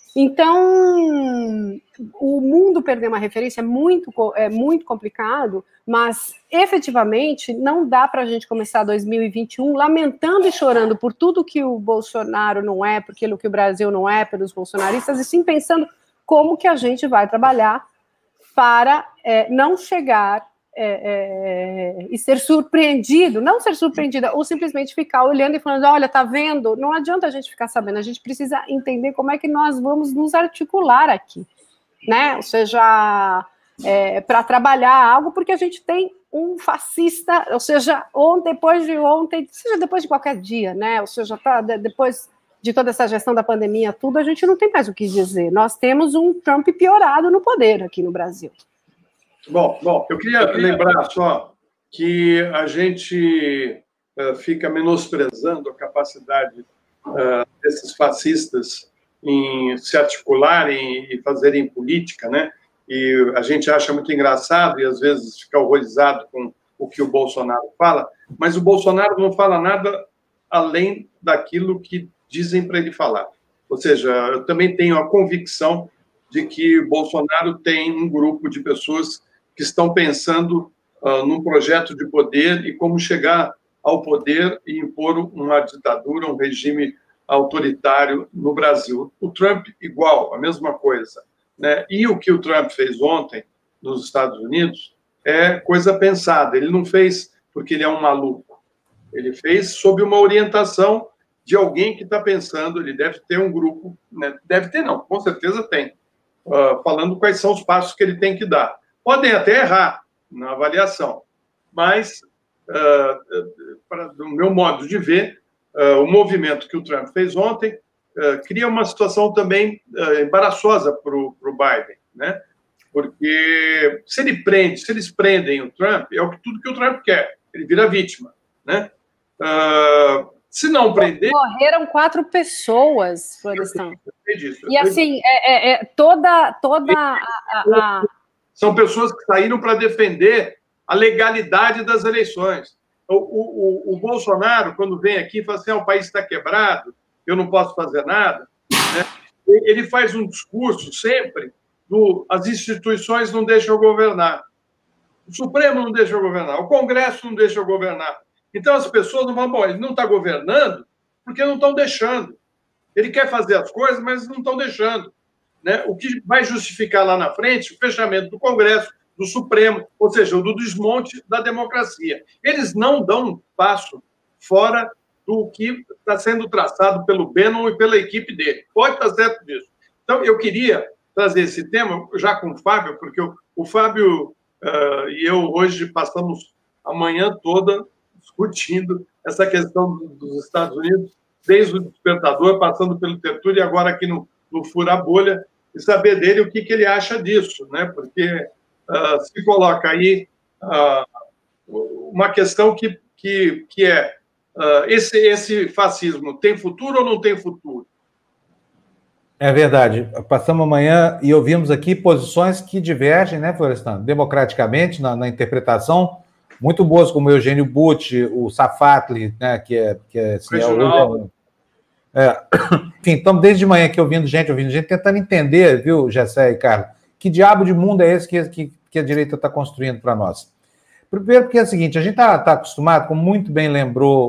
Então, o mundo perder uma referência é muito complicado, mas, efetivamente, não dá para a gente começar 2021 lamentando e chorando por tudo que o Bolsonaro não é, por aquilo que o Brasil não é, pelos bolsonaristas, e sim pensando como que a gente vai trabalhar para não chegar e ser surpreendido, não ser surpreendida, ou simplesmente ficar olhando e falando, olha, tá vendo? Não adianta a gente ficar sabendo, a gente precisa entender como é que nós vamos nos articular aqui, né? Ou seja, para trabalhar algo, porque a gente tem um fascista, ou seja, depois de ontem, seja depois de qualquer dia, né? Ou seja, depois de toda essa gestão da pandemia, tudo, a gente não tem mais o que dizer. Nós temos um Trump piorado no poder aqui no Brasil.
Bom, eu queria lembrar só que a gente fica menosprezando a capacidade desses fascistas em se articularem e fazerem política, né? e a gente acha muito engraçado e às vezes fica horrorizado com o que o Bolsonaro fala, mas o Bolsonaro não fala nada além daquilo que dizem para ele falar. Ou seja, eu também tenho a convicção de que Bolsonaro tem um grupo de pessoas que estão pensando num projeto de poder e como chegar ao poder e impor uma ditadura, um regime autoritário no Brasil. O Trump, igual, a mesma coisa, né? E o que o Trump fez ontem nos Estados Unidos é coisa pensada. Ele não fez porque ele é um maluco. Ele fez sob uma orientação de alguém que está pensando, ele deve ter um grupo, né? Deve ter não, com certeza tem, falando quais são os passos que ele tem que dar. Podem até errar na avaliação, mas, do meu modo de ver, o movimento que o Trump fez ontem cria uma situação também embaraçosa para o Biden, né? Porque se eles prendem o Trump, é tudo que o Trump quer, ele vira vítima, né? Se não prender...
Morreram 4 pessoas, Florestan. E assim,
São pessoas que saíram para defender a legalidade das eleições. O Bolsonaro, quando vem aqui, fala assim, o país está quebrado, eu não posso fazer nada, né? Ele faz um discurso sempre as instituições não deixam eu governar. O Supremo não deixa eu governar, o Congresso não deixa eu governar. Então, as pessoas não vão, bom, ele não está governando porque não estão deixando. Ele quer fazer as coisas, mas não estão deixando, né? O que vai justificar lá na frente o fechamento do Congresso, do Supremo, ou seja, do desmonte da democracia. Eles não dão um passo fora do que está sendo traçado pelo Bannon e pela equipe dele. Pode estar certo disso. Então, eu queria trazer esse tema já com o Fábio, porque o Fábio e eu hoje passamos a manhã toda discutindo essa questão dos Estados Unidos, desde o despertador, passando pelo Tertúlio e agora aqui no Fura Bolha, e saber dele o que ele acha disso, né? Porque se coloca aí uma questão que é esse fascismo tem futuro ou não tem futuro?
É verdade. Passamos amanhã e ouvimos aqui posições que divergem, né, Florestan? Democraticamente, na interpretação, muito boas, como o Eugênio Butti, o Safatli, né, que é assim, enfim, estamos desde manhã aqui ouvindo gente, tentando entender, viu, Gessé e Carlos, que diabo de mundo é esse que a direita está construindo para nós? Primeiro porque é o seguinte, a gente está acostumado, como muito bem lembrou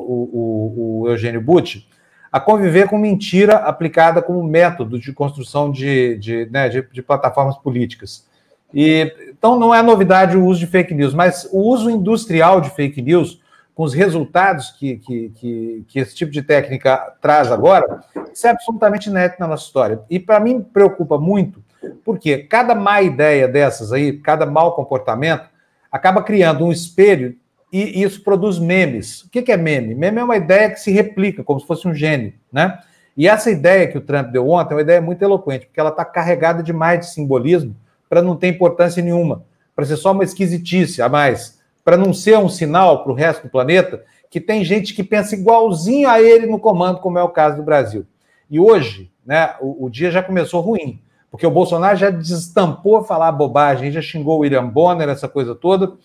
o Eugênio Butti, a conviver com mentira aplicada como método de construção de plataformas políticas. Então, não é novidade o uso de fake news, mas o uso industrial de fake news, com os resultados que esse tipo de técnica traz agora, isso é absolutamente inédito na nossa história. E, para mim, preocupa muito, porque cada má ideia dessas aí, cada mau comportamento, acaba criando um espelho e isso produz memes. O que é meme? Meme é uma ideia que se replica, como se fosse um gênio, né? E essa ideia que o Trump deu ontem é uma ideia muito eloquente, porque ela está carregada demais de simbolismo para não ter importância nenhuma, para ser só uma esquisitice a mais, para não ser um sinal para o resto do planeta que tem gente que pensa igualzinho a ele no comando, como é o caso do Brasil. E hoje, né, o dia já começou ruim, porque o Bolsonaro já destampou falar bobagem, já xingou o William Bonner, essa coisa toda.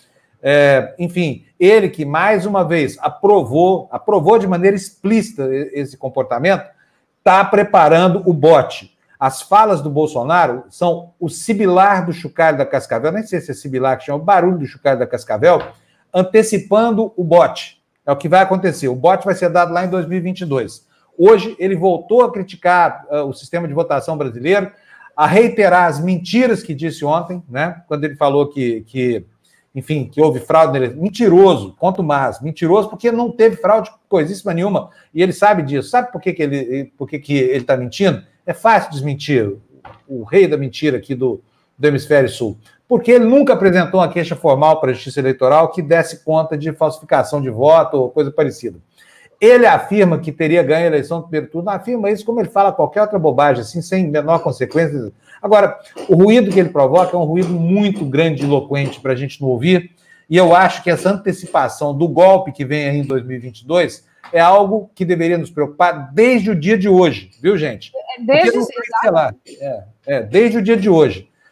Enfim, ele que, mais uma vez, aprovou de maneira explícita esse comportamento, está preparando o bote. As falas do Bolsonaro são o sibilar do chocalho da Cascavel, nem sei se é sibilar que chama, o barulho do chocalho da Cascavel, antecipando o bote. É o que vai acontecer. O bote vai ser dado lá em 2022. Hoje, ele voltou a criticar o sistema de votação brasileiro, a reiterar as mentiras que disse ontem, né? Quando ele falou que houve fraude nele. Mentiroso, quanto mais. Mentiroso porque não teve fraude coisíssima nenhuma. E ele sabe disso. Sabe por que ele está mentindo? É fácil desmentir. O rei da mentira aqui do Hemisfério Sul. Porque ele nunca apresentou uma queixa formal para a Justiça Eleitoral que desse conta de falsificação de voto ou coisa parecida. Ele afirma que teria ganho a eleição do primeiro turno, afirma isso como ele fala qualquer outra bobagem, assim, sem menor consequência. Agora, o ruído que ele provoca é um ruído muito grande e eloquente para a gente não ouvir, e eu acho que essa antecipação do golpe que vem aí em 2022 é algo que deveria nos preocupar desde o dia de hoje, viu, gente? Desde o dia de hoje.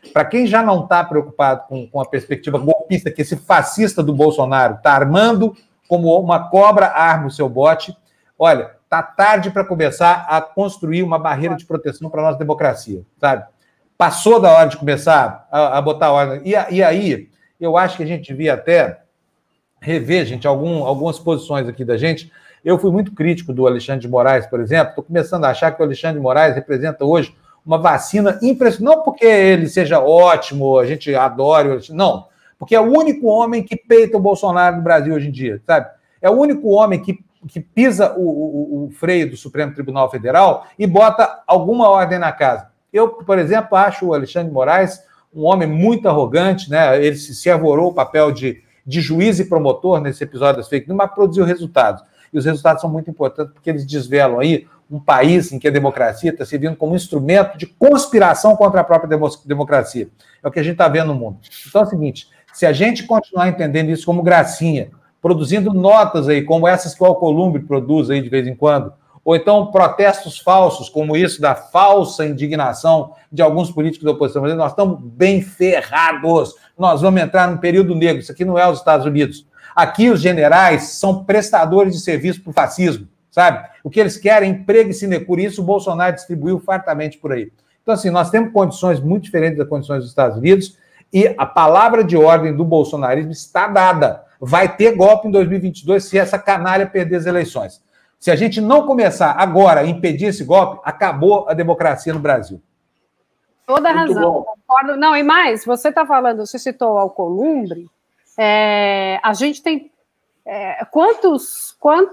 para quem já não está preocupado com a perspectiva golpista que esse fascista do Bolsonaro está armando, como uma cobra arma o seu bote, olha, está tarde para começar a construir uma barreira de proteção para a nossa democracia, sabe? Passou da hora de começar a botar ordem. E aí, eu acho que a gente devia até rever, gente, algumas posições aqui da gente. Eu fui muito crítico do Alexandre de Moraes, por exemplo. Estou começando a achar que o Alexandre de Moraes representa hoje uma vacina impressionante. Não porque ele seja ótimo, a gente adore o Alexandre, não. Porque é o único homem que peita o Bolsonaro no Brasil hoje em dia, sabe? É o único homem que pisa o freio do Supremo Tribunal Federal e bota alguma ordem na casa. Eu, por exemplo, acho o Alexandre de Moraes um homem muito arrogante, né? Ele se arvorou o papel de juiz e promotor nesse episódio das fake news, mas produziu resultados. E os resultados são muito importantes porque eles desvelam aí um país em que a democracia está servindo como instrumento de conspiração contra a própria democracia. É o que a gente está vendo no mundo. Então é o seguinte, se a gente continuar entendendo isso como gracinha, produzindo notas aí, como essas que o Alcolumbre produz aí de vez em quando, ou então protestos falsos, como isso da falsa indignação de alguns políticos da oposição, mas nós estamos bem ferrados. Nós vamos entrar num período negro. Isso aqui não é os Estados Unidos. Aqui os generais são prestadores de serviço para o fascismo, sabe? O que eles querem é emprego e sinecura. Isso o Bolsonaro distribuiu fartamente por aí. Então, assim, nós temos condições muito diferentes das condições dos Estados Unidos e a palavra de ordem do bolsonarismo está dada. Vai ter golpe em 2022 se essa canalha perder as eleições. Se a gente não começar agora a impedir esse golpe, acabou a democracia no Brasil.
Toda razão, concordo. Não, e mais, você está falando, você citou o Alcolumbre, a gente tem quantos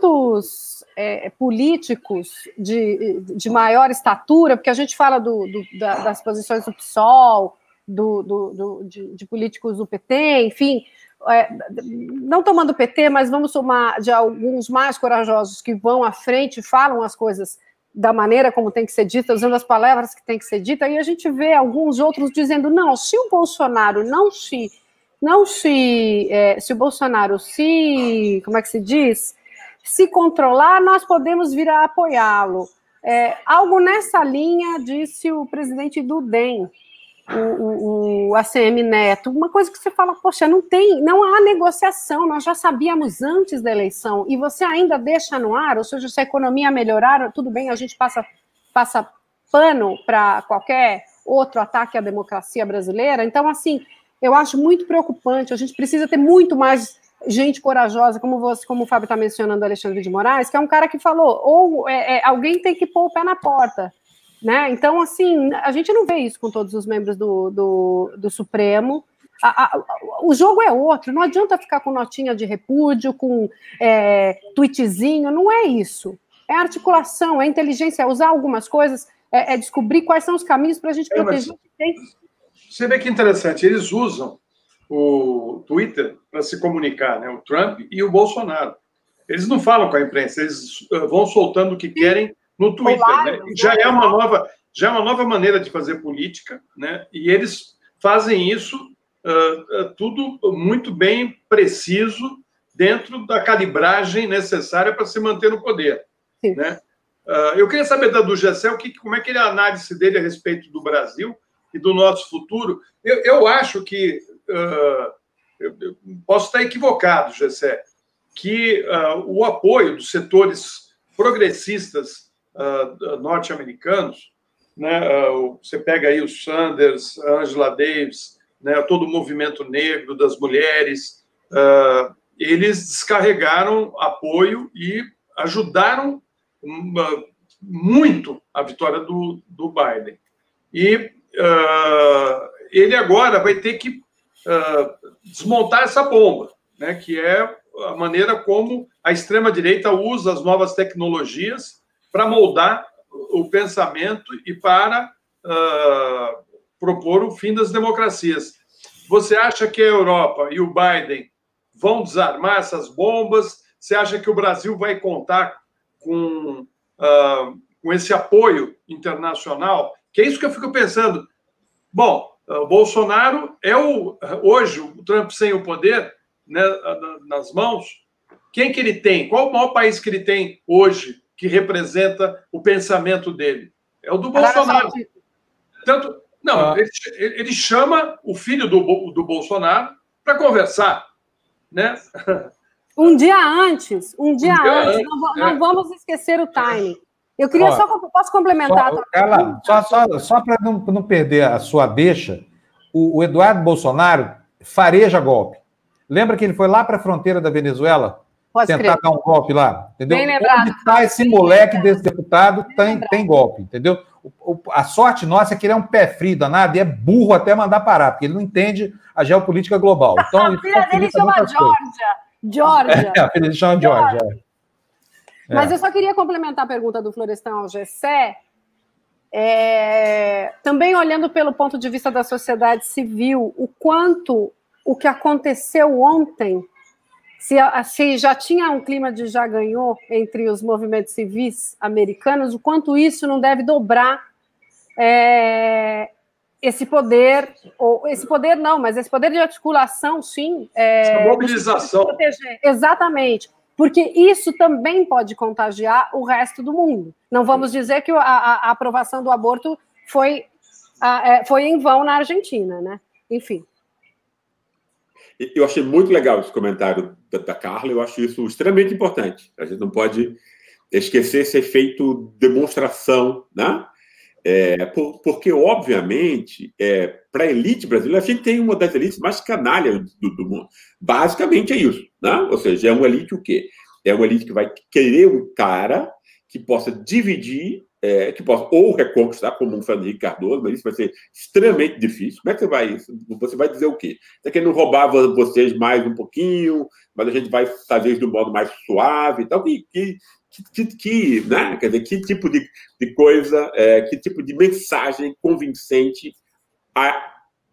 políticos de maior estatura, porque a gente fala das posições do PSOL, de políticos do PT, enfim, não tomando o PT, mas vamos tomar de alguns mais corajosos que vão à frente e falam as coisas da maneira como tem que ser dita, usando as palavras que tem que ser dita, e a gente vê alguns outros dizendo, não, se o Bolsonaro se o Bolsonaro como é que se diz? Se controlar, nós podemos vir a apoiá-lo. Algo nessa linha disse o presidente do DEM, o ACM Neto, uma coisa que você fala, poxa, não há negociação, nós já sabíamos antes da eleição, e você ainda deixa no ar, ou seja, se a economia melhorar, tudo bem, a gente passa pano para qualquer outro ataque à democracia brasileira. Então, assim, eu acho muito preocupante, a gente precisa ter muito mais gente corajosa, como o Fábio está mencionando, o Alexandre de Moraes, que é um cara que falou, alguém tem que pôr o pé na porta. Né? Então, assim, a gente não vê isso com todos os membros do Supremo. O jogo é outro, não adianta ficar com notinha de repúdio, com tweetzinho, não é isso. É articulação, é inteligência, é usar algumas coisas, é descobrir quais são os caminhos para a gente proteger.
Você vê que interessante, eles usam o Twitter para se comunicar, né? O Trump e o Bolsonaro. Eles não falam com a imprensa, eles vão soltando o que querem no Twitter, né? Já é uma nova maneira de fazer política, né? E eles fazem isso tudo muito bem preciso dentro da calibragem necessária para se manter no poder, né? Eu queria saber do Gessé como é que ele a análise dele a respeito do Brasil e do nosso futuro. Eu acho que eu posso estar equivocado, Gessé, que o apoio dos setores progressistas norte-americanos, né? Você pega aí o Sanders, a Angela Davis, né? Todo o movimento negro das mulheres, eles descarregaram apoio e ajudaram muito a vitória do Biden. E ele agora vai ter que desmontar essa bomba, né? Que é a maneira como a extrema-direita usa as novas tecnologias para moldar o pensamento e para propor o fim das democracias. Você acha que a Europa e o Biden vão desarmar essas bombas? Você acha que o Brasil vai contar com esse apoio internacional? Que é isso que eu fico pensando. Bom, o Bolsonaro hoje, o Trump sem o poder, né, nas mãos. Quem que ele tem? Qual o maior país que ele tem hoje que representa o pensamento dele? É o do Bolsonaro. Não, ele chama o filho do Bolsonaro para conversar, né?
Um dia antes. Não vamos esquecer o timing. Eu queria posso complementar?
Só para não perder a sua deixa, o Eduardo Bolsonaro fareja golpe. Lembra que ele foi lá para a fronteira da Venezuela tentar dar um golpe lá? Entendeu? Onde está esse moleque desse deputado, tem golpe, entendeu? A sorte nossa é que ele é um pé frio danado e é burro até mandar parar, porque ele não entende a geopolítica global. Então,
a filha dele chama Georgia.
A filha dele chama Georgia.
Mas eu só queria complementar a pergunta do Florestan ao Gessé, também olhando pelo ponto de vista da sociedade civil, o quanto o que aconteceu ontem, se já tinha um clima de já ganhou entre os movimentos civis americanos, o quanto isso não deve dobrar esse poder, ou esse poder não, mas esse poder de articulação, sim.
Mobilização.
Exatamente. Porque isso também pode contagiar o resto do mundo. Não vamos dizer que a aprovação do aborto foi em vão na Argentina, né? Enfim.
Eu achei muito legal esse comentário da Carla, eu acho isso extremamente importante. A gente não pode esquecer esse efeito demonstração, né? Porque, obviamente, para a elite brasileira, a gente tem uma das elites mais canalhas do mundo. Basicamente é isso, né? Ou seja, é uma elite o quê? É uma elite que vai querer um cara que possa dividir, que possa ou reconquistar, como um Fernando Henrique Cardoso, mas isso vai ser extremamente difícil. Como é que você vai... Você vai dizer o quê? Você quer não roubar vocês mais um pouquinho, mas a gente vai fazer isso de um modo mais suave e tal, né? Quer dizer, que tipo de coisa, que tipo de mensagem convincente a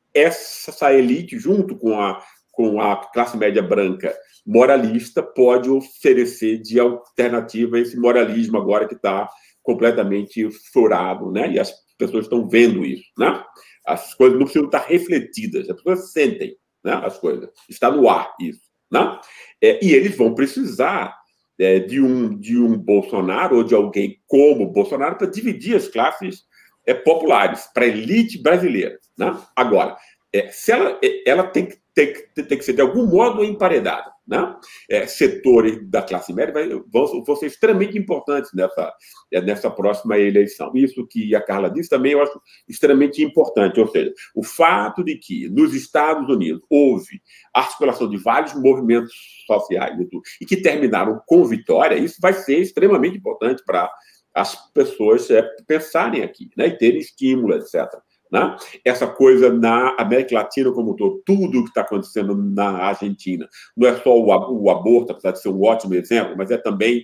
essa elite, junto com a classe média branca moralista, pode oferecer de alternativa a esse moralismo agora que está completamente furado, né? E as pessoas estão vendo isso, né? As coisas não precisam estar refletidas, as pessoas sentem, né, as coisas. Está no ar isso, né? E eles vão precisar de um Bolsonaro ou de alguém como Bolsonaro para dividir as classes populares, para a elite brasileira, né? Agora, se ela tem que ser de algum modo emparedada, né? Setores da classe média vão ser extremamente importantes nessa próxima eleição. Isso que a Carla disse também eu acho extremamente importante, ou seja, o fato de que nos Estados Unidos houve articulação de vários movimentos sociais e que terminaram com vitória, isso vai ser extremamente importante para as pessoas pensarem aqui, né? E terem estímulo, etc. Né? Essa coisa na América Latina como um todo, tudo o que está acontecendo na Argentina, não é só o aborto, apesar de ser um ótimo exemplo, mas é também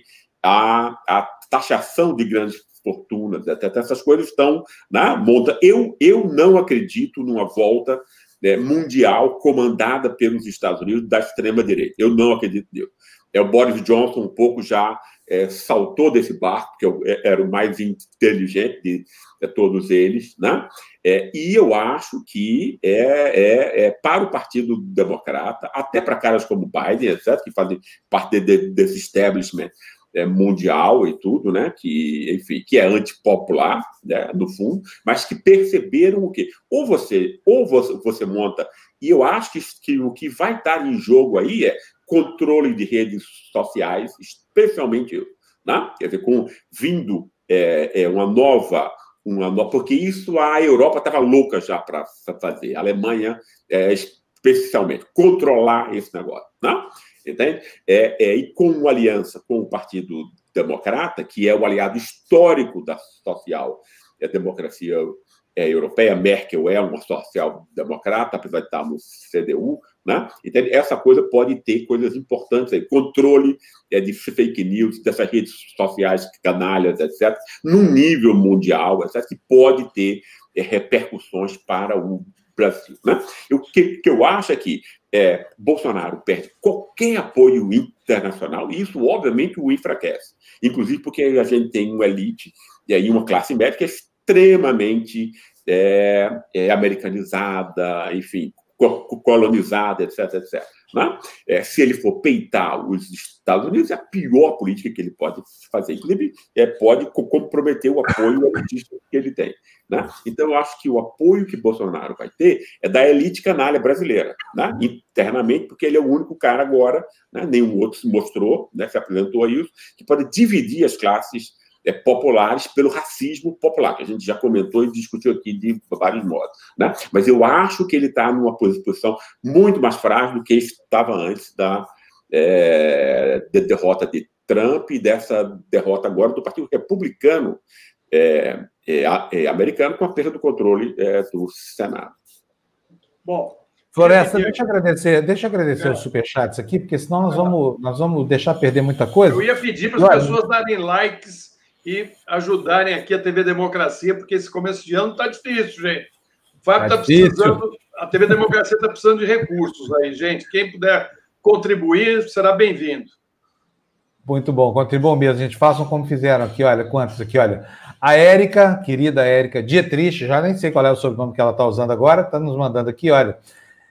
a taxação de grandes fortunas, até essas coisas estão na monta. Eu não acredito numa volta mundial comandada pelos Estados Unidos da extrema-direita. Eu não acredito nisso. O Boris Johnson um pouco já saltou desse barco, porque era o mais inteligente de todos eles, né? E eu acho que para o Partido Democrata, até para caras como Biden, etc., que fazem parte desse establishment mundial e tudo, né? Que, enfim, que é antipopular, né? No fundo, mas que perceberam o quê? Ou você monta, e eu acho que o que vai estar em jogo aí é controle de redes sociais, especialmente eu, né? Quer dizer, vindo uma nova, porque isso a Europa estava louca já para fazer, a Alemanha especialmente, controlar esse negócio, né? Entende? E com uma aliança com o Partido Democrata, que é o aliado histórico da social-democracia europeia, Merkel é uma social-democrata, apesar de estar no CDU, né? Então, essa coisa pode ter coisas importantes aí, controle de fake news, dessas redes sociais, canalhas, etc., num nível mundial, etc., que pode ter repercussões para o Brasil, né? O que eu acho é que Bolsonaro perde qualquer apoio internacional e isso, obviamente, o enfraquece. Inclusive porque a gente tem uma elite e aí uma classe média que é extremamente americanizada, enfim, colonizada, etc, etc. né? Se ele for peitar os Estados Unidos, é a pior política que ele pode fazer. Inclusive, pode comprometer o apoio ao justiça que ele tem, né? Então, eu acho que o apoio que Bolsonaro vai ter é da elite canalha brasileira, né? Internamente, porque ele é o único cara agora, né? Nenhum outro se mostrou, né? Se apresentou a isso, que pode dividir as classes populares pelo racismo popular, que a gente já comentou e discutiu aqui de vários modos, né? Mas eu acho que ele está numa posição muito mais frágil do que estava antes da derrota de Trump e dessa derrota agora do Partido Republicano americano com a perda do controle do Senado.
Bom,
Floresta, deixa eu agradecer os superchats aqui, porque senão nós vamos deixar perder muita coisa.
Eu ia pedir para as pessoas darem likes e ajudarem aqui a TV Democracia, porque esse começo de ano está difícil, gente. O Fábio está precisando, a TV Democracia está precisando de recursos aí, gente. Quem puder contribuir será bem-vindo.
Muito bom, contribuam mesmo, gente. Façam como fizeram aqui, olha, quantos aqui, olha. A Érica, querida Érica Dietrich, já nem sei qual é o sobrenome que ela está usando agora, está nos mandando aqui, olha,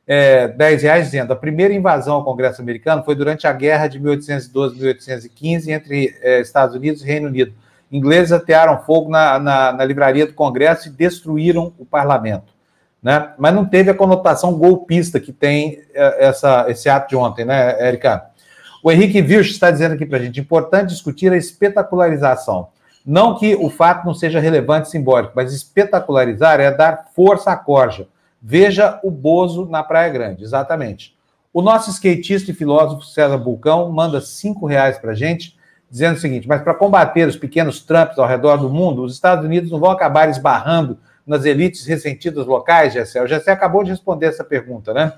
R$10 dizendo: a primeira invasão ao Congresso americano foi durante a guerra de 1812-1815 entre Estados Unidos e Reino Unido. Ingleses atearam fogo na livraria do Congresso e destruíram o parlamento, né? Mas não teve a conotação golpista que tem esse ato de ontem, né, Érica? O Henrique Vilch está dizendo aqui para a gente: importante discutir a espetacularização. Não que o fato não seja relevante e simbólico, mas espetacularizar é dar força à corja. Veja o Bozo na Praia Grande, exatamente. O nosso skatista e filósofo César Bulcão manda R$5 para a gente, dizendo o seguinte: mas para combater os pequenos Trumps ao redor do mundo, os Estados Unidos não vão acabar esbarrando nas elites ressentidas locais, Gessé? O Gessé acabou de responder essa pergunta, né?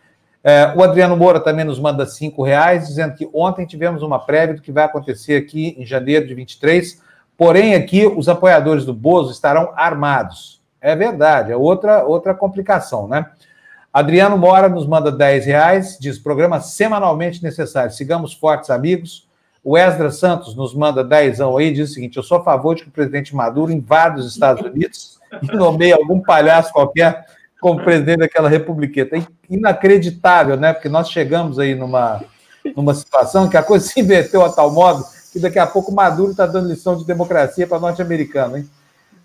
O Adriano Moura também nos manda R$5, dizendo que ontem tivemos uma prévia do que vai acontecer aqui em janeiro de 23, porém aqui os apoiadores do Bozo estarão armados. É verdade, é outra complicação, né? Adriano Moura nos manda R$10, diz: programa semanalmente necessário, sigamos fortes, amigos. O Esdras Santos nos manda 10 aí, diz o seguinte: eu sou a favor de que o presidente Maduro invada os Estados Unidos e nomeie algum palhaço qualquer como presidente daquela republiqueta. É inacreditável, né? Porque nós chegamos aí numa situação que a coisa se inverteu a tal modo que daqui a pouco o Maduro está dando lição de democracia para norte-americano, hein?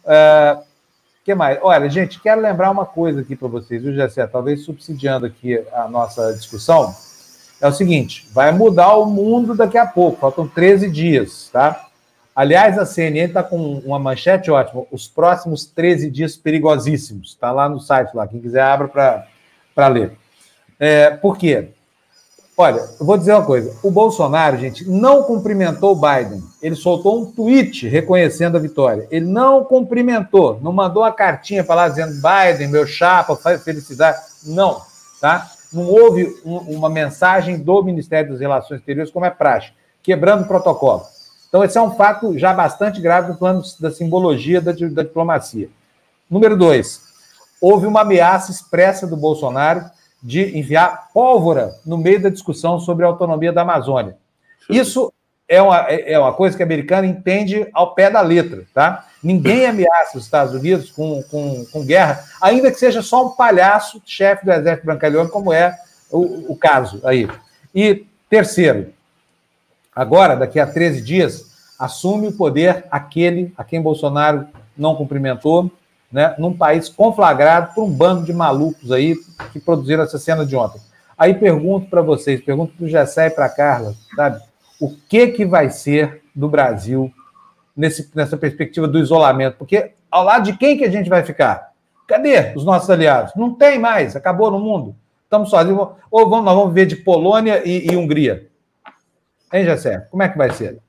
Que mais? Olha, gente, quero lembrar uma coisa aqui para vocês, viu, Gessé? Talvez subsidiando aqui a nossa discussão. É o seguinte: vai mudar o mundo daqui a pouco, faltam 13 dias, tá? Aliás, a CNN está com uma manchete ótima: os próximos 13 dias perigosíssimos. Está lá no site, lá. Quem quiser, abra para ler. Por quê? Olha, eu vou dizer uma coisa: o Bolsonaro, gente, não cumprimentou o Biden. Ele soltou um tweet reconhecendo a vitória. Ele não cumprimentou, não mandou a cartinha para lá dizendo: Biden, meu chapa, felicidade. Não, tá? Não houve uma mensagem do Ministério das Relações Exteriores, como é praxe, quebrando o protocolo. Então, esse é um fato já bastante grave no plano da simbologia da diplomacia. Número 2, houve uma ameaça expressa do Bolsonaro de enviar pólvora no meio da discussão sobre a autonomia da Amazônia. Isso é uma coisa que a americana entende ao pé da letra, tá? Ninguém ameaça os Estados Unidos com guerra, ainda que seja só um palhaço chefe do Exército Brancaleone, como é o caso aí. E terceiro, agora, daqui a 13 dias, assume o poder aquele a quem Bolsonaro não cumprimentou, né, num país conflagrado por um bando de malucos aí que produziram essa cena de ontem. Aí pergunto para vocês, pergunto para o Gessé e para a Carla, sabe? O que vai ser do Brasil nessa perspectiva do isolamento? Porque ao lado de quem que a gente vai ficar? Cadê os nossos aliados? Não tem mais, acabou no mundo. Estamos sozinhos. Ou nós vamos ver de Polônia e Hungria? Hein, Gessé? Como é que vai ser?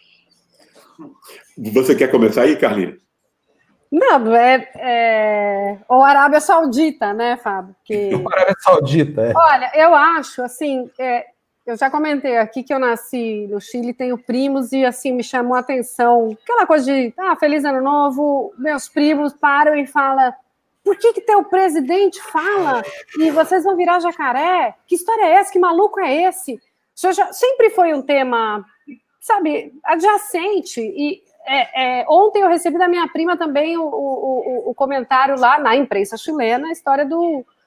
Você quer começar aí, Carlinhos?
Não, ou Arábia Saudita, né, Fábio?
Arábia Saudita,
Olha, eu acho, assim, eu já comentei aqui que eu nasci no Chile, tenho primos, e, assim, me chamou a atenção aquela coisa de, feliz ano novo, meus primos param e falam: por que teu presidente fala e vocês vão virar jacaré? Que história é essa? Que maluco é esse? Isso sempre foi um tema, sabe, adjacente. E ontem eu recebi da minha prima também o comentário lá na imprensa chilena, a história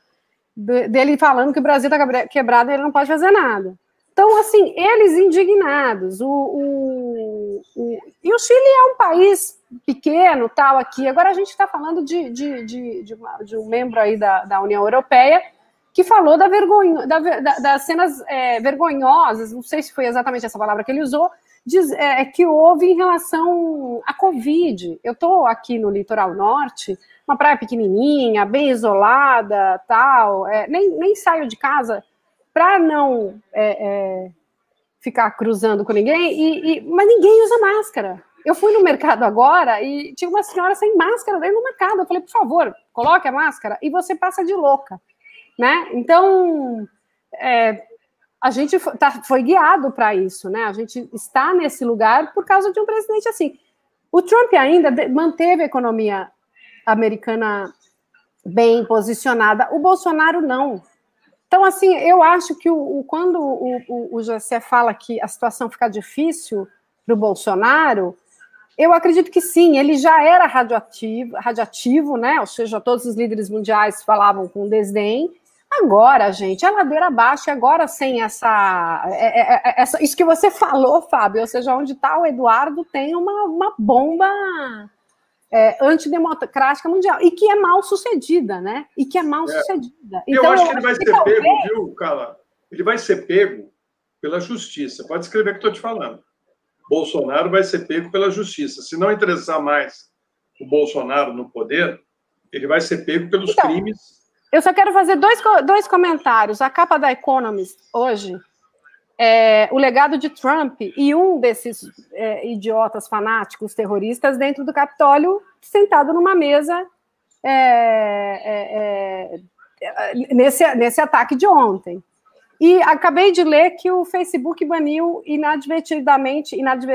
dele falando que o Brasil está quebrado e ele não pode fazer nada. Então, assim, eles indignados. E o Chile é um país pequeno, tal, aqui. Agora a gente está falando de um membro aí da União Europeia que falou das cenas vergonhosas, não sei se foi exatamente essa palavra que ele usou, que houve em relação à Covid. Eu estou aqui no litoral norte, uma praia pequenininha, bem isolada, tal, nem saio de casa para não ficar cruzando com ninguém, mas ninguém usa máscara. Eu fui no mercado agora e tinha uma senhora sem máscara dentro do mercado. Eu falei, por favor, coloque a máscara e você passa de louca, né? Então, a gente foi guiado para isso, né? A gente está nesse lugar por causa de um presidente assim. O Trump ainda manteve a economia americana bem posicionada, o Bolsonaro não. Então, assim, eu acho que quando o José fala que a situação fica difícil para o Bolsonaro, eu acredito que sim, ele já era radioativo, né? Ou seja, todos os líderes mundiais falavam com desdém. Agora, gente, a ladeira abaixo, agora sem isso que você falou, Fábio, ou seja, onde está o Eduardo tem uma bomba antidemocrática mundial, e que é mal sucedida, né? Sucedida.
Então, eu acho que ele vai ser pego, viu, Carla? Ele vai ser pego pela justiça. Pode escrever o que estou te falando. Bolsonaro vai ser pego pela justiça. Se não interessar mais o Bolsonaro no poder, ele vai ser pego pelos crimes.
Eu só quero fazer dois comentários. A capa da Economist hoje o legado de Trump e um desses idiotas fanáticos terroristas dentro do Capitólio, sentado numa mesa nesse ataque de ontem. E acabei de ler que o Facebook baniu inadvertidamente,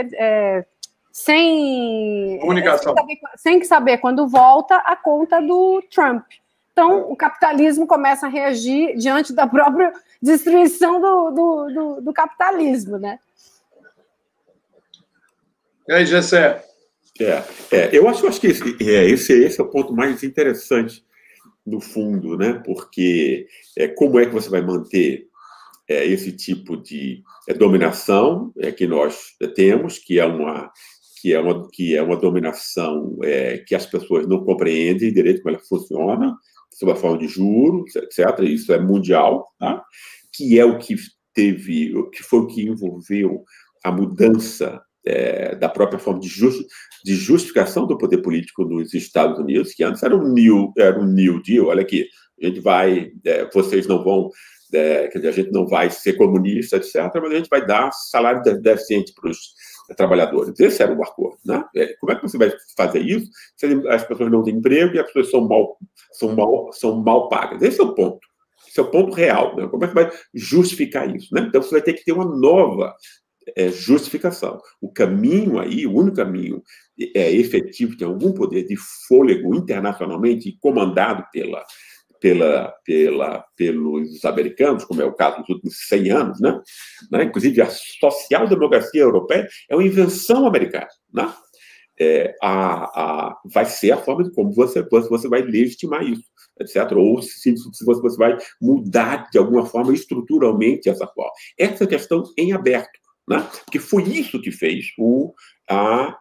sem saber quando volta, a conta do Trump. Então, o capitalismo começa a reagir diante da própria destruição do capitalismo, né?
E aí, Gessé?
Eu acho que esse é o ponto mais interessante, no fundo, né? Porque como é que você vai manter esse tipo de dominação que nós temos, que é uma dominação que as pessoas não compreendem direito como ela funciona, sob a forma de juros, etc. Isso é mundial, tá? Que é o que foi o que envolveu a mudança da própria forma de justificação do poder político nos Estados Unidos, que antes era um New Deal. Olha aqui, a gente vai, vocês não vão, quer dizer, a gente não vai ser comunista, etc., mas a gente vai dar salário decente para os trabalhadores. Esse era o acordo, né? Como é que você vai fazer isso se as pessoas não têm emprego e as pessoas são mal pagas? Esse é o ponto. Esse é o ponto real, né? Como é que vai justificar isso, né? Então, você vai ter que ter uma nova justificação. O único caminho efetivo, tem algum poder de fôlego internacionalmente e comandado pelos americanos, como é o caso dos últimos 100 anos, né? Inclusive, a social-democracia europeia é uma invenção americana, né? Vai ser a forma de como você vai legitimar isso, etc. Ou se você vai mudar, de alguma forma, estruturalmente essa forma. Essa questão em aberto, né? Porque foi isso que fez a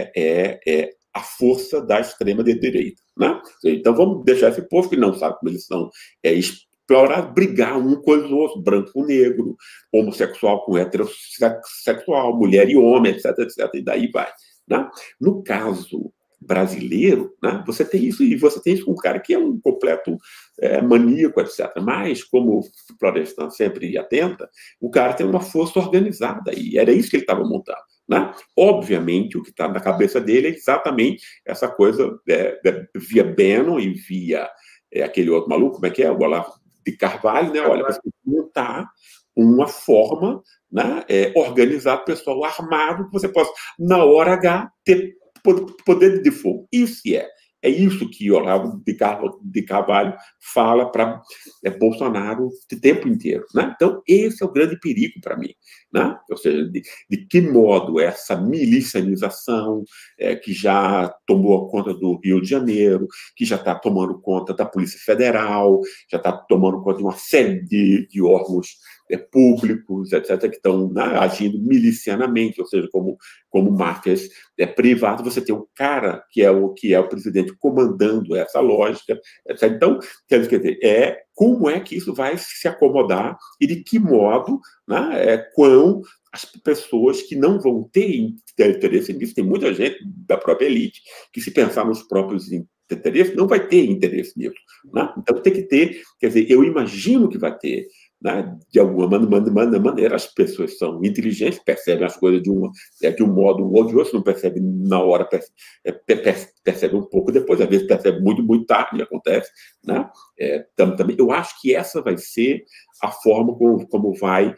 força da extrema-direita, né? Então, vamos deixar esse povo que não sabe como eles são explorar, brigar um com os outros, branco com negro, homossexual com heterossexual, mulher e homem, etc., etc., e daí vai, né? No caso brasileiro, né, você tem isso, e você tem isso com um cara que é um completo maníaco, etc. Mas, como o Florestan sempre atenta, o cara tem uma força organizada, e era isso que ele estava montando, né? Obviamente, o que está na cabeça dele é exatamente essa coisa via Bannon e via aquele outro maluco, como é que é? O Olavo de Carvalho, né? Olha, você tem que montar uma forma, né, organizar o pessoal armado, que você possa, na hora H, ter poder de fogo. Isso é É isso que Olavo de Carvalho fala para Bolsonaro o tempo inteiro, né? Então, esse é o grande perigo para mim, né? Ou seja, de que modo essa milicianização que já tomou conta do Rio de Janeiro, que já está tomando conta da Polícia Federal, já está tomando conta de uma série de órgãos públicos, etc., que estão, né, agindo milicianamente, ou seja, como máfias privadas. Você tem um cara que é o presidente comandando essa lógica, etc. Então, quer dizer, como é que isso vai se acomodar e de que modo, né, com as pessoas que não vão ter interesse nisso. Tem muita gente da própria elite que, se pensar nos próprios interesses, não vai ter interesse nisso, né? Então, tem que ter, quer dizer, eu imagino que vai ter, né, de alguma maneira, as pessoas são inteligentes, percebem as coisas de um modo ou de outro, não percebem na hora, percebem um pouco depois, às vezes percebem muito, muito tarde, acontece, né? Também, eu acho que essa vai ser a forma como vai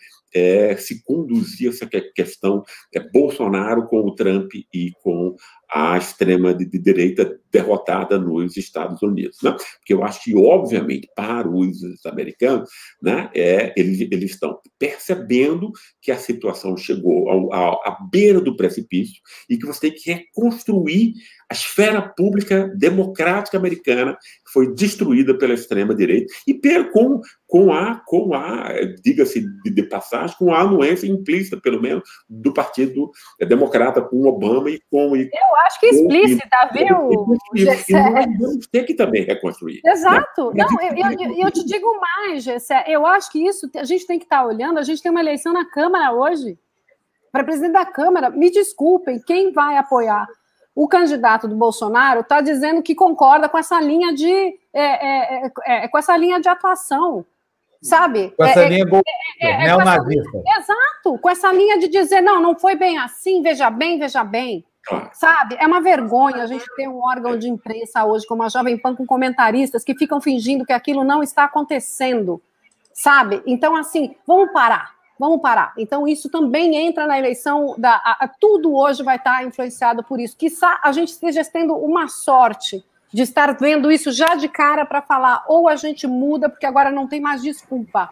se conduzir essa questão Bolsonaro com o Trump e com a extrema-direita derrotada nos Estados Unidos, né? Porque eu acho que, obviamente, para os americanos, né, eles estão percebendo que a situação chegou à beira do precipício e que você tem que reconstruir a esfera pública democrática americana, que foi destruída pela extrema-direita e com a diga-se de passagem, com a anuência implícita, pelo menos, do Partido Democrata, com Obama e com...
Eu acho que explícita, viu?
E nós vamos ter que também reconstruir.
Exato.
Né?
Não, eu te digo mais, Gessé, eu acho que isso a gente tem que estar olhando, a gente tem uma eleição na Câmara hoje, para presidente da Câmara. Me desculpem, quem vai apoiar o candidato do Bolsonaro está dizendo que concorda com essa linha com essa linha de atuação, sabe?
Com essa linha neonazista.
Exato, com essa linha de dizer, não foi bem assim, veja bem, sabe? É uma vergonha a gente ter um órgão de imprensa hoje, como a Jovem Pan, com comentaristas que ficam fingindo que aquilo não está acontecendo, sabe? Então, assim, vamos parar. Então, isso também entra na eleição, tudo hoje vai estar influenciado por isso. Quizá a gente esteja tendo uma sorte de estar vendo isso já de cara para falar, ou a gente muda, porque agora não tem mais desculpa.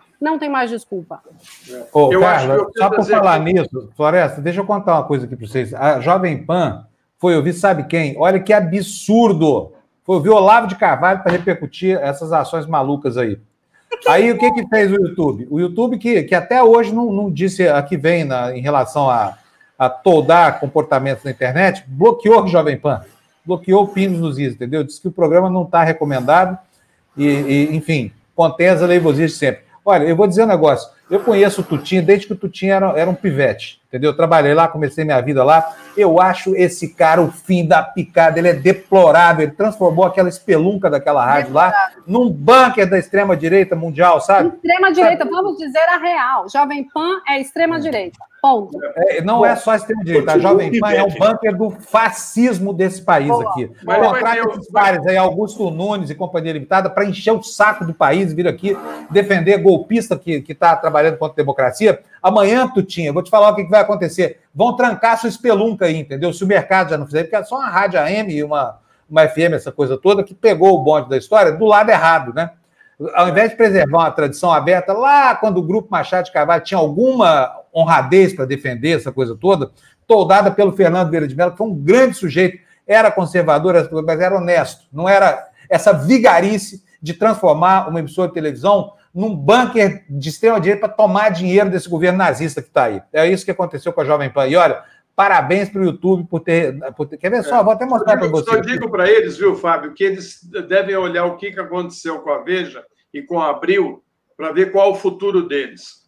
Ô, Carla, só por falar nisso, Floresta, deixa eu contar uma coisa aqui para vocês. A Jovem Pan foi ouvir, sabe quem? Olha que absurdo! Foi ouvir Olavo de Carvalho para repercutir essas ações malucas aí. Aí o que fez o YouTube? O YouTube que até hoje não disse a que vem em relação a toldar comportamentos na internet, bloqueou o Jovem Pan, bloqueou o Pingos nos Is, entendeu? Disse que o programa não está recomendado enfim, contém as aleivosias de sempre. Olha, eu vou dizer um negócio, eu conheço o Tutinha desde que o Tutinha era um pivete, entendeu? Eu trabalhei lá, comecei minha vida lá, eu acho esse cara o fim da picada, ele é deplorável, ele transformou aquela espelunca daquela rádio lá num bunker da extrema-direita mundial, sabe?
Extrema-direita, vamos dizer a real, Jovem Pan é extrema-direita, ponto.
Não é só extrema-direita, a Jovem Pan é um bunker do fascismo desse país aqui. Contrata esses caras aí, Augusto Nunes e Companhia Limitada, para encher o saco do país, vir aqui defender golpista que está trabalhando contra a democracia. Amanhã, Tutinha, vou te falar o que vai acontecer. Vão trancar sua espelunca aí, entendeu? Se o mercado já não fizer, porque é só uma rádio AM e uma FM, essa coisa toda, que pegou o bonde da história do lado errado, né? Ao invés de preservar uma tradição aberta, lá quando o Grupo Machado de Carvalho tinha alguma honradez para defender essa coisa toda, toldada pelo Fernando Vieira de Mello, que foi um grande sujeito, era conservador, mas era honesto, não era essa vigarice de transformar uma emissora de televisão num bunker de extrema-direita para tomar dinheiro desse governo nazista que está aí. É isso que aconteceu com a Jovem Pan. E olha, parabéns para o YouTube por ter... Quer ver só? Vou até mostrar para vocês.
Eu digo para eles, viu, Fábio, que eles devem olhar o que aconteceu com a Veja e com a Abril para ver qual o futuro deles.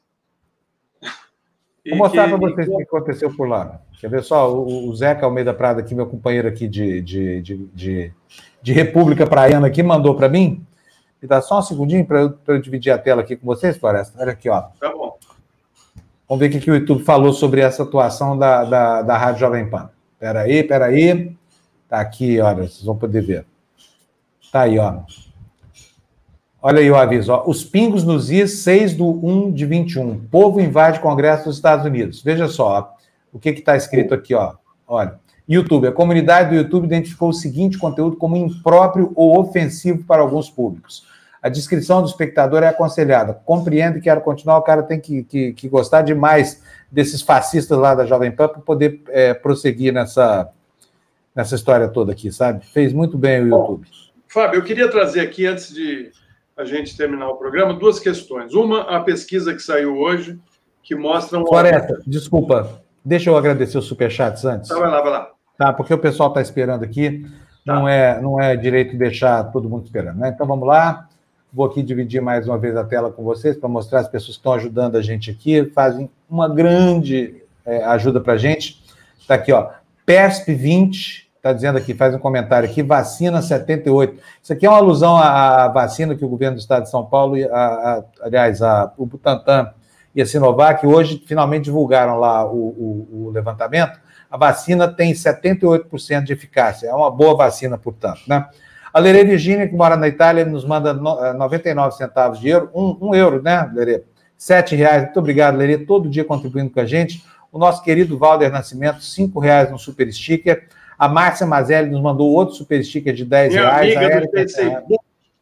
Vou mostrar para vocês o que aconteceu por lá. Quer ver só? O Zeca Almeida Prada, aqui, meu companheiro aqui de República Praiana, aqui, mandou para mim. Me dá só um segundinho para eu dividir a tela aqui com vocês, Floresta. Olha aqui, ó.
Tá bom.
Vamos ver o que o YouTube falou sobre essa atuação da Rádio Jovem Pan. Peraí. Tá aqui, olha, vocês vão poder ver. Tá aí, ó. Olha aí o aviso, ó. Os pingos nos is, 6/1/21. Povo invade Congresso dos Estados Unidos. Veja só, ó, o que está escrito aqui, ó. Olha. YouTube. A comunidade do YouTube identificou o seguinte conteúdo como impróprio ou ofensivo para alguns públicos. A descrição do espectador é aconselhada. Compreende que quero continuar, o cara tem que gostar demais desses fascistas lá da Jovem Pan para poder prosseguir nessa história toda aqui, sabe? Fez muito bem o YouTube.
Bom, Fábio, eu queria trazer aqui, antes de a gente terminar o programa, duas questões. Uma, a pesquisa que saiu hoje, que mostra...
Floresta, desculpa, deixa eu agradecer os superchats antes.
Tá, vai lá.
Tá, porque o pessoal está esperando aqui, tá. Não é direito deixar todo mundo esperando, né? Então, vamos lá. Vou aqui dividir mais uma vez a tela com vocês para mostrar as pessoas que estão ajudando a gente aqui, fazem uma grande ajuda para a gente. Está aqui, ó, PESP20, está dizendo aqui, faz um comentário aqui, vacina 78. Isso aqui é uma alusão à vacina que o governo do estado de São Paulo, aliás, o Butantan e a Sinovac, hoje finalmente divulgaram lá o levantamento. A vacina tem 78% de eficácia, é uma boa vacina, portanto, né? A Lerê Virgínia, que mora na Itália, nos manda 99 centavos de euro, um euro, né, Lerê? R$7. Muito obrigado, Lerê, todo dia contribuindo com a gente. O nosso querido Valder Nascimento, R$5 no Super Sticker. A Márcia Mazelli nos mandou outro Super Sticker de R$10.
Minha amiga do Facebook.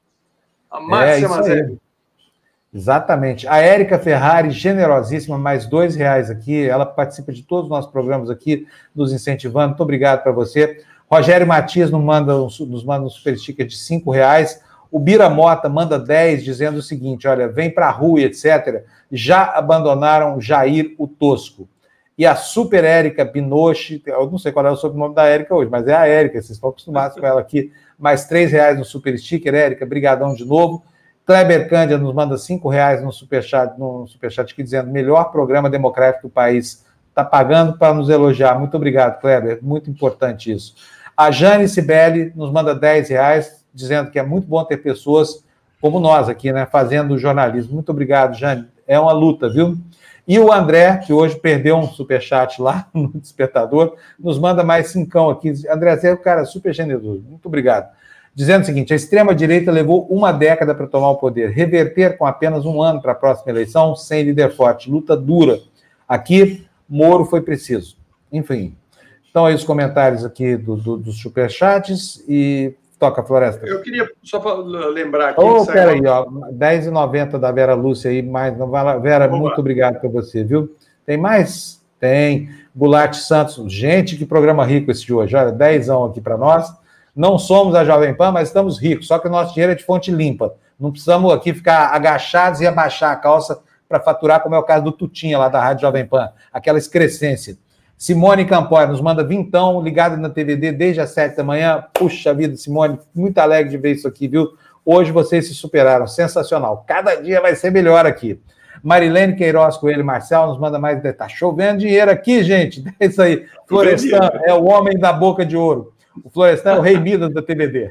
A Márcia Mazelli.
Exatamente. A Érica Ferrari, generosíssima, mais R$2 aqui. Ela participa de todos os nossos programas aqui, nos incentivando. Muito obrigado para você. Rogério Matias nos manda um super sticker de R$5. O Bira Mota manda 10, dizendo o seguinte, olha, vem para a rua, etc. Já abandonaram Jair o Tosco. E a Super Érica Binoche, eu não sei qual é o sobrenome da Érica hoje, mas é a Érica, vocês estão acostumados com ela aqui. Mais R$3 no super sticker, Érica, brigadão de novo. Kleber Cândia nos manda R$5 no superchat aqui, dizendo, melhor programa democrático do país. Está pagando para nos elogiar. Muito obrigado, Kleber, muito importante isso. A Jane Sibeli nos manda R$10, dizendo que é muito bom ter pessoas como nós aqui, né, fazendo jornalismo. Muito obrigado, Jane. É uma luta, viu? E o André, que hoje perdeu um superchat lá no Despertador, nos manda mais 5 aqui. André, você é um cara super generoso. Muito obrigado. Dizendo o seguinte, a extrema-direita levou uma década para tomar o poder. Reverter com apenas 1 ano para a próxima eleição, sem líder forte. Luta dura. Aqui, Moro foi preciso. Enfim. Então, aí os comentários aqui dos superchats e toca, Floresta.
Eu queria só lembrar aqui...
Peraí, ó, R$10,90 da Vera Lúcia aí, mais, Vera, muito obrigado para você, viu? Tem mais? Tem. Goulart Santos, gente, que programa rico esse de hoje, olha, 10ão aqui para nós. Não somos a Jovem Pan, mas estamos ricos, só que o nosso dinheiro é de fonte limpa. Não precisamos aqui ficar agachados e abaixar a calça para faturar, como é o caso do Tutinha lá da Rádio Jovem Pan, aquela excrescência. Simone Campoy nos manda vintão, ligada na TVD desde as 7 da manhã. Puxa vida, Simone, muito alegre de ver isso aqui, viu? Hoje vocês se superaram, sensacional. Cada dia vai ser melhor aqui. Marilene Queiroz Coelho Marcel nos manda mais... Tá chovendo dinheiro aqui, gente. É isso aí. Florestan é o homem da boca de ouro. O Florestan é o rei Midas da TVD.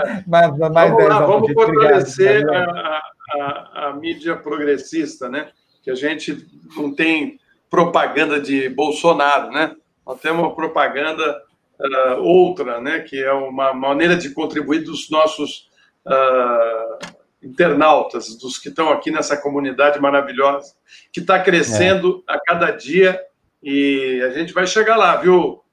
Vamos fortalecer a mídia progressista, né? Que a gente não tem propaganda de Bolsonaro, né? Nós temos uma propaganda outra, né? Que é uma maneira de contribuir dos nossos internautas, dos que estão aqui nessa comunidade maravilhosa, que está crescendo a cada dia, e a gente vai chegar lá, viu?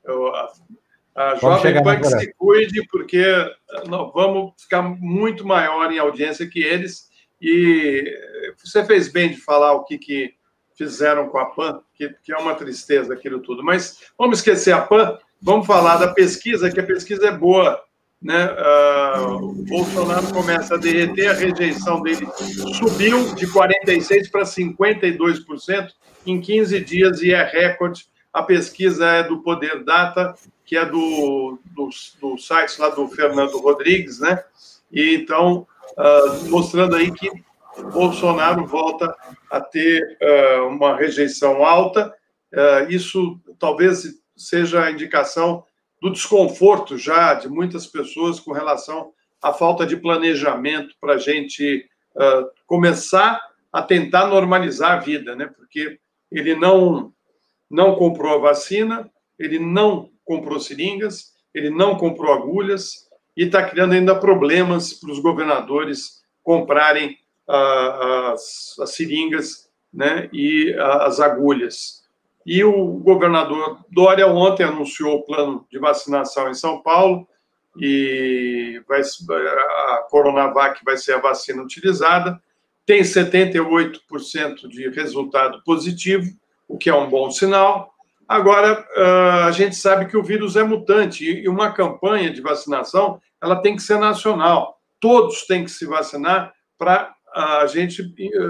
A Jovem Pan que se cuide, porque nós vamos ficar muito maior em audiência que eles, e você fez bem de falar o que fizeram com a PAN, que é uma tristeza aquilo tudo. Mas vamos esquecer a PAN, vamos falar da pesquisa, que a pesquisa é boa, né? O Bolsonaro começa a derreter, a rejeição dele subiu de 46% para 52% em 15 dias e é recorde. A pesquisa é do Poder Data, que é do site lá do Fernando Rodrigues, né? E então, mostrando aí que Bolsonaro volta a ter uma rejeição alta. Isso talvez seja a indicação do desconforto já de muitas pessoas com relação à falta de planejamento para a gente começar a tentar normalizar a vida, né? Porque ele não comprou a vacina, ele não comprou seringas, ele não comprou agulhas e está criando ainda problemas para os governadores comprarem as seringas, né, e as agulhas. E o governador Dória ontem anunciou o plano de vacinação em São Paulo, e a Coronavac vai ser a vacina utilizada. Tem 78% de resultado positivo, o que é um bom sinal. Agora, a gente sabe que o vírus é mutante, e uma campanha de vacinação ela tem que ser nacional. Todos têm que se vacinar para a gente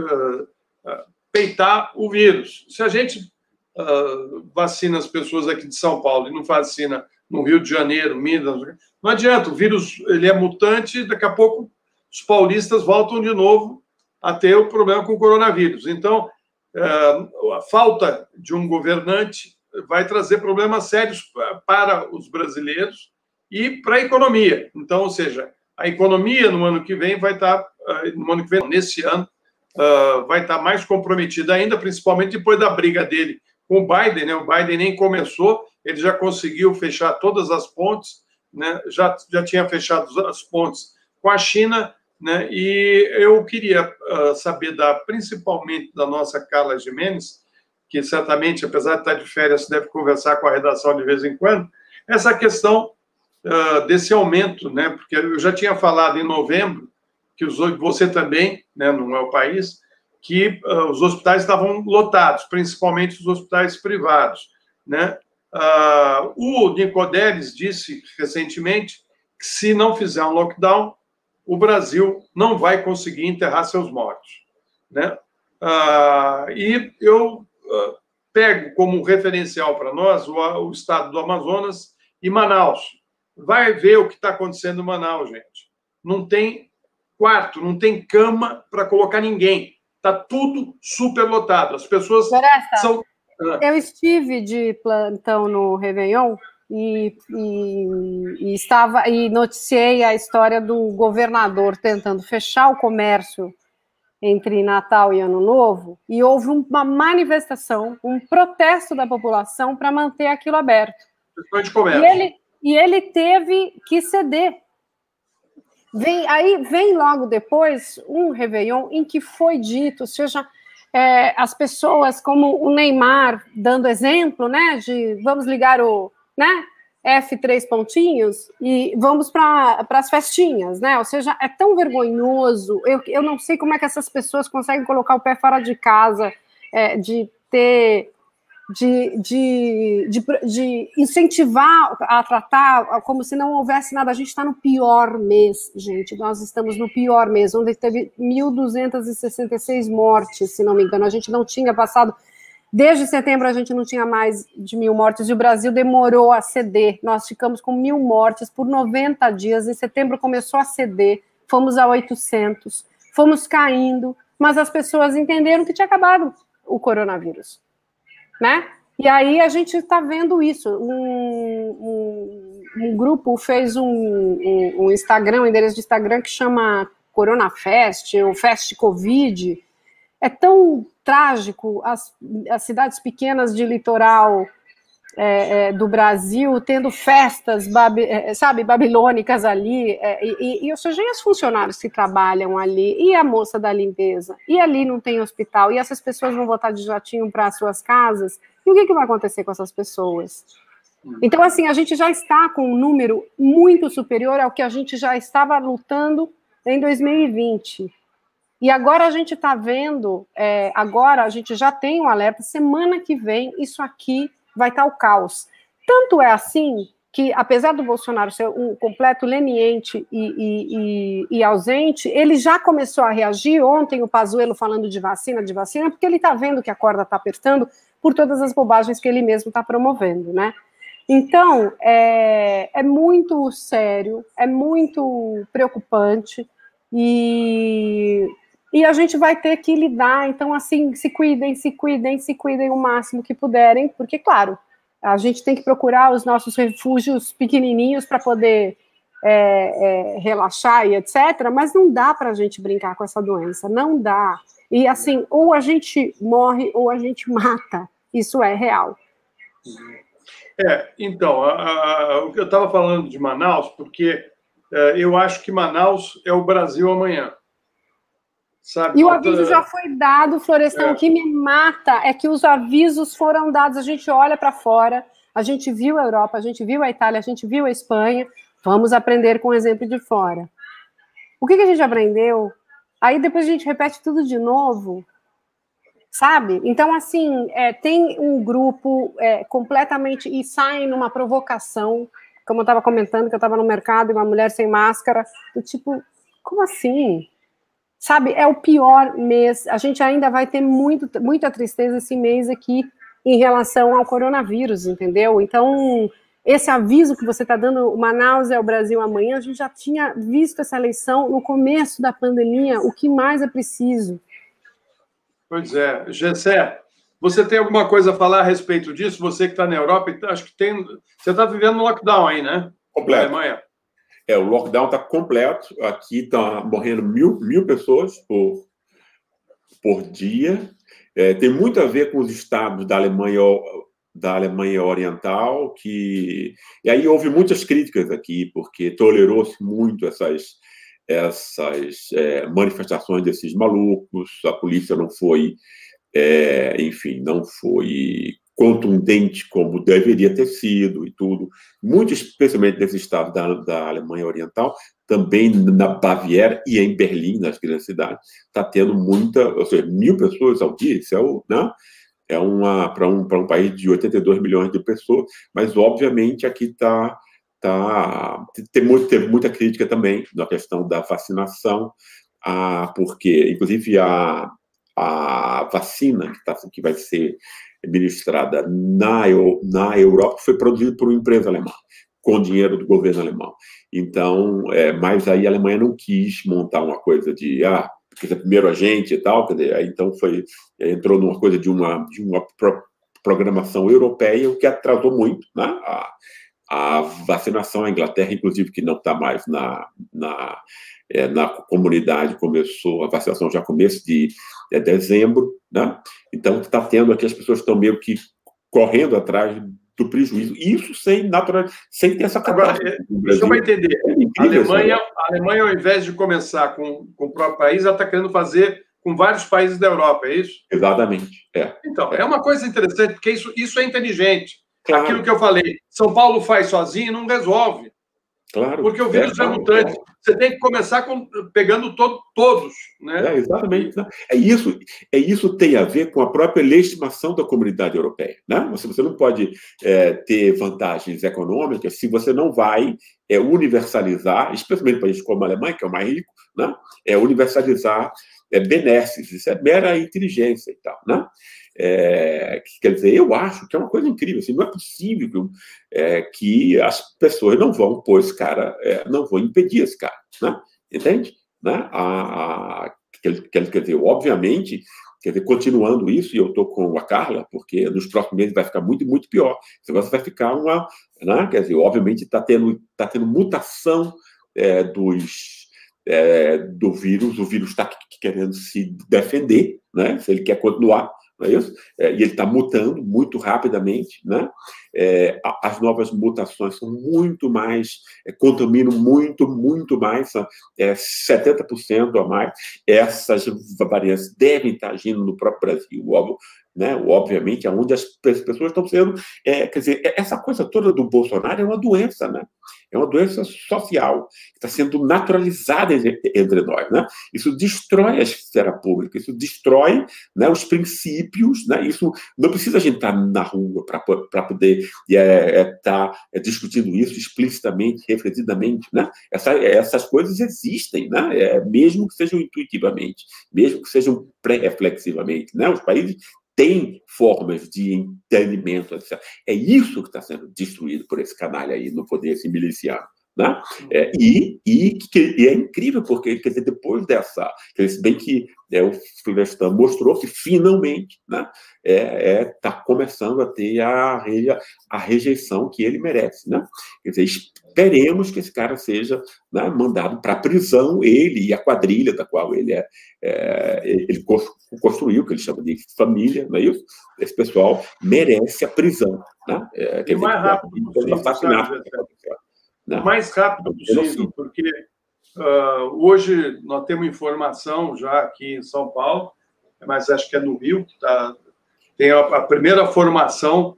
peitar o vírus. Se a gente vacina as pessoas aqui de São Paulo e não vacina no Rio de Janeiro, Minas, não adianta, o vírus ele é mutante, daqui a pouco os paulistas voltam de novo a ter o problema com o coronavírus. Então, a falta de um governante vai trazer problemas sérios para os brasileiros e para a economia. Então, ou seja, a economia no ano que vem vai estar, nesse ano, vai estar mais comprometida ainda, principalmente depois da briga dele com o Biden, né? O Biden nem começou, ele já conseguiu fechar todas as pontes, né? Já tinha fechado as pontes com a China, né? E eu queria saber principalmente da nossa Carla Gimenez, que certamente, apesar de estar de férias, deve conversar com a redação de vez em quando, essa questão desse aumento, né? Porque eu já tinha falado em novembro, que você também, né, não é o país, que os hospitais estavam lotados, principalmente os hospitais privados, né? O Nicodelis disse recentemente que se não fizer um lockdown, o Brasil não vai conseguir enterrar seus mortos, né? E eu pego como referencial para nós o estado do Amazonas e Manaus. Vai ver o que está acontecendo em Manaus, gente. Não tem quarto, não tem cama para colocar ninguém. Está tudo superlotado. As pessoas são...
Eu estive de plantão no Réveillon e noticiei a história do governador tentando fechar o comércio entre Natal e Ano Novo, e houve uma manifestação, um protesto da população para manter aquilo aberto. E ele teve que ceder. Vem logo depois um Réveillon em que foi dito, seja, as pessoas como o Neymar dando exemplo, né, de vamos ligar o, né, F3 pontinhos e vamos para as festinhas, né? Ou seja, é tão vergonhoso. Eu não sei como é que essas pessoas conseguem colocar o pé fora de casa, de incentivar a tratar como se não houvesse nada. A gente está no pior mês, gente. Nós estamos no pior mês, onde teve 1.266 mortes, se não me engano. A gente não tinha passado... Desde setembro a gente não tinha mais de 1.000 mortes e o Brasil demorou a ceder. Nós ficamos com 1.000 mortes por 90 dias. Em setembro começou a ceder, fomos a 800, fomos caindo, mas as pessoas entenderam que tinha acabado o coronavírus, né? E aí a gente está vendo isso. Um grupo fez um Instagram, um endereço de Instagram que chama Coronafest, ou Fest Covid. É tão trágico as cidades pequenas de litoral do Brasil tendo festas, babilônicas ali, ou seja, e os funcionários que trabalham ali, e a moça da limpeza, e ali não tem hospital, e essas pessoas vão voltar de jatinho para as suas casas, e o que vai acontecer com essas pessoas? Então, assim, a gente já está com um número muito superior ao que a gente já estava lutando em 2020. E agora a gente está vendo, agora a gente já tem um alerta, semana que vem isso aqui vai estar o caos. Tanto é assim que, apesar do Bolsonaro ser um completo leniente e ausente, ele já começou a reagir. Ontem o Pazuello falando de vacina, porque ele está vendo que a corda está apertando por todas as bobagens que ele mesmo está promovendo, né? Então, é muito sério, é muito preocupante e a gente vai ter que lidar. Então, assim, se cuidem o máximo que puderem, porque, claro, a gente tem que procurar os nossos refúgios pequenininhos para poder relaxar e etc., mas não dá para a gente brincar com essa doença, não dá. E, assim, ou a gente morre ou a gente mata, isso é real.
Então, o que eu estava falando de Manaus, porque eu acho que Manaus é o Brasil amanhã. sabe?
E o aviso já foi dado, Florestan. O que me mata é que os avisos foram dados. A gente olha para fora, a gente viu a Europa, a gente viu a Itália, a gente viu a Espanha. Vamos aprender com o exemplo de fora. O que a gente aprendeu? Aí depois a gente repete tudo de novo, sabe? Então, assim, tem um grupo completamente... E sai numa provocação, como eu estava comentando, que eu estava no mercado e uma mulher sem máscara, do tipo, como assim? Sabe, é o pior mês. A gente ainda vai ter muita tristeza esse mês aqui em relação ao coronavírus, entendeu? Então, esse aviso que você está dando, Manaus é o Brasil amanhã, a gente já tinha visto essa eleição no começo da pandemia. O que mais é preciso?
Pois é. Gessé, você tem alguma coisa a falar a respeito disso? Você que está na Europa, acho que tem... Você está vivendo no lockdown aí, né?
Completo.
Na Alemanha.
O lockdown está completo. Aqui está morrendo mil pessoas por dia. Tem muito a ver com os estados da Alemanha Oriental, e aí houve muitas críticas aqui, porque tolerou-se muito essas manifestações desses malucos, a polícia não foi, enfim, não foi contundente como deveria ter sido e tudo, muito especialmente nesse estado da Alemanha Oriental, também na Baviera e em Berlim, nas grandes cidades, está tendo ou seja, 1.000 pessoas ao dia, isso né? Para um país de 82 milhões de pessoas, mas obviamente aqui teve muita crítica também na questão da vacinação, porque inclusive a vacina que vai ser ministrada na Europa foi produzida por uma empresa alemã, com dinheiro do governo alemão. Então, mas aí a Alemanha não quis montar uma coisa de porque é primeiro a gente e tal, quer dizer, aí então entrou numa coisa de uma programação europeia, o que atrasou muito, né? A vacinação. A Inglaterra, inclusive, que não está mais na comunidade, a vacinação já começo de dezembro, né? Então, está tendo aqui, as pessoas estão meio que correndo atrás do prejuízo. Isso sem ter essa catástrofe.
Agora, deixa eu entender. A Alemanha, ao invés de começar com o próprio país, ela está querendo fazer com vários países da Europa, é isso?
Exatamente.
Então, é uma coisa interessante, porque isso é inteligente.
Claro.
Aquilo que eu falei, São Paulo faz sozinho e não resolve.
Claro.
Porque o vírus é mutante. Claro. Você tem que começar pegando todos, né?
Exatamente. Isso tem a ver com a própria legitimação da comunidade europeia, né? Você não pode ter vantagens econômicas se você não vai universalizar, especialmente países como a Alemanha, que é o mais rico, né? Universalizar benesses. Isso é mera inteligência e tal, né? Quer dizer, eu acho que é uma coisa incrível. Assim, não é possível que as pessoas não vão pôr esse cara, não vão impedir esse cara, né? Entende? Né? Quer dizer, obviamente, continuando isso, e eu estou com a Carla, porque nos próximos meses vai ficar muito, muito pior. Esse negócio vai ficar né? Quer dizer, obviamente está tendo mutação do vírus. O vírus está querendo se defender, né? Se ele quer continuar, não é isso? E ele está mutando muito rapidamente, né? As novas mutações são muito mais, contaminam muito, muito mais, 70% a mais. Essas variantes devem estar agindo no próprio Brasil, né? Obviamente, onde as pessoas estão sendo... quer dizer, essa coisa toda do Bolsonaro é uma doença, né? É uma doença social que está sendo naturalizada entre nós, né? Isso destrói a esfera pública, isso destrói, né, os princípios, né? Isso não precisa a gente estar na rua para poder estar discutindo isso explicitamente, refletidamente, né? Essas coisas existem, né? Mesmo que sejam intuitivamente, mesmo que sejam reflexivamente, né? Os países têm formas de entendimento, etc. É isso que está sendo destruído por esse canalha aí no poder, esse miliciano. Né? E é incrível, porque, quer dizer, depois dessa... Se bem que o Florestan mostrou que, finalmente, né, está começando a ter a rejeição que ele merece. Né? Quer dizer, esperemos que esse cara seja, né, mandado para a prisão, ele e a quadrilha da qual ele construiu, que ele chama de família, não é isso? Esse pessoal merece a prisão. Né?
O mais rápido possível,
assassinato.
O mais rápido possível, porque Hoje nós temos informação já aqui em São Paulo, mas acho que é no Rio, tem a primeira formação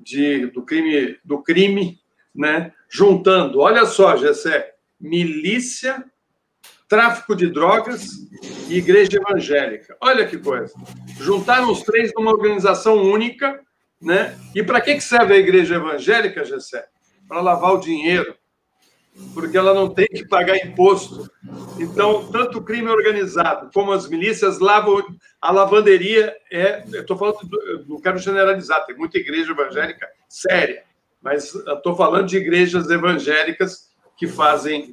do crime, né, juntando, olha só, Gessé, milícia, tráfico de drogas e igreja evangélica. Olha que coisa. Juntaram os três numa organização única, né? E para que serve a igreja evangélica, Gessé? Para lavar o dinheiro, porque ela não tem que pagar imposto. Então, tanto o crime organizado como as milícias lavam a lavanderia. Eu estou falando, não quero generalizar, tem muita igreja evangélica séria, mas estou falando de igrejas evangélicas que fazem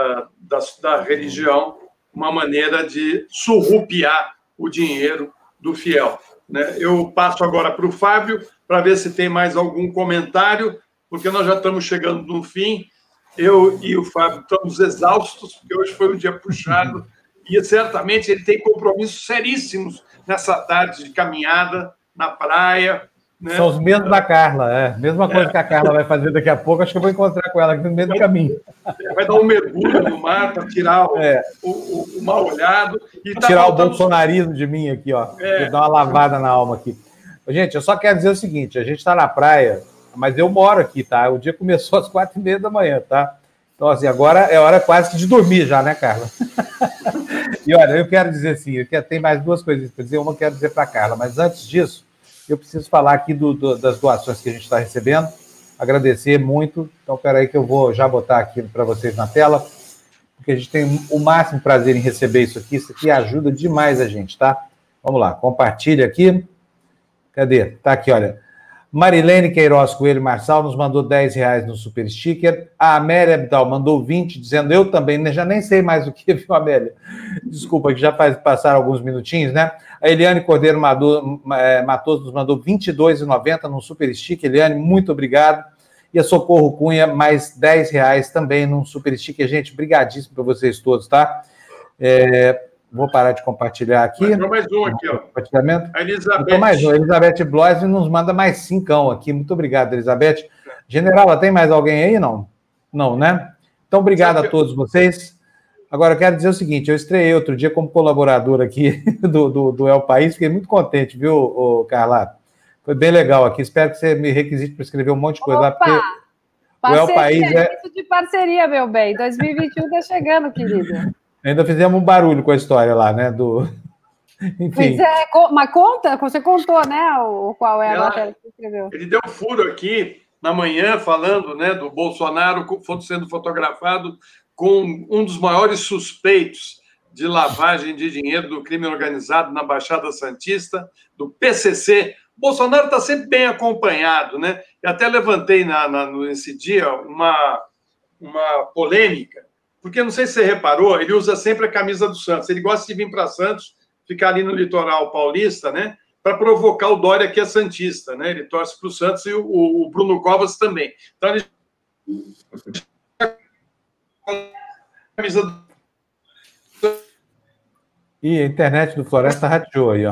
da religião uma maneira de surrupiar o dinheiro do fiel, né? Eu passo agora para o Fábio para ver se tem mais algum comentário, porque nós já estamos chegando no fim. Eu e o Fábio estamos exaustos, porque hoje foi um dia puxado, e certamente ele tem compromissos seríssimos nessa tarde de caminhada na praia. Né?
São os mesmos da Carla, mesma coisa que a Carla vai fazer daqui a pouco, acho que eu vou encontrar com ela aqui no meio do caminho.
Vai dar um mergulho no mar para tirar o mal olhado. E
tirar o bolsonarismo de mim aqui, ó. Dar uma lavada na alma aqui. Gente, eu só quero dizer o seguinte, a gente está na praia, mas eu moro aqui, tá? O dia começou às 4h30 da manhã, tá? Então, assim, agora é hora quase de dormir já, né, Carla? E olha, eu quero dizer assim, tem mais duas coisas para dizer, uma eu quero dizer para a Carla, mas antes disso, eu preciso falar aqui das doações que a gente está recebendo, agradecer muito. Então, espera aí que eu vou já botar aqui para vocês na tela, porque a gente tem o máximo prazer em receber isso aqui ajuda demais a gente, tá? Vamos lá, compartilha aqui. Cadê? Tá aqui, olha. Marilene Queiroz Coelho Marçal nos mandou R$10 no Super Sticker. A Amélia Abdal mandou 20, dizendo, eu também, já nem sei mais o que, viu, Amélia? Desculpa, que já passaram alguns minutinhos, né? A Eliane Cordeiro Matoso nos mandou R$22,90 no Super Sticker. Eliane, muito obrigado. E a Socorro Cunha, mais R$10 também no Super Sticker. Gente, brigadíssimo para vocês todos, tá? Vou parar de compartilhar aqui.
Mais um aqui, ó.
Compartilhamento.
A Elizabeth.
Então, mais um. A Elizabeth Blois nos manda mais 5 aqui. Muito obrigado, Elizabeth. General, tem mais alguém aí? Não? Não, né? Então, obrigado a todos vocês. Agora, eu quero dizer o seguinte, eu estreiei outro dia como colaborador aqui do El País, fiquei muito contente, viu, Carla? Foi bem legal aqui. Espero que você me requisite para escrever um monte de coisa lá, porque o El País
isso de parceria, meu bem. 2021 está chegando, querido.
Ainda fizemos um barulho com a história lá, né? Enfim.
Mas conta, você contou, né? Qual é a matéria que você escreveu?
Ele deu furo aqui na manhã, falando, né, do Bolsonaro sendo fotografado com um dos maiores suspeitos de lavagem de dinheiro do crime organizado na Baixada Santista, do PCC. O Bolsonaro está sempre bem acompanhado, né? Eu até levantei nesse dia uma polêmica, porque não sei se você reparou, ele usa sempre a camisa do Santos. Ele gosta de vir para Santos, ficar ali no litoral paulista, né? Para provocar o Dória, que é santista, né? Ele torce para o Santos e o Bruno Covas também. Então, ele... camisa do...
E a internet do Floresta rateou aí, ó.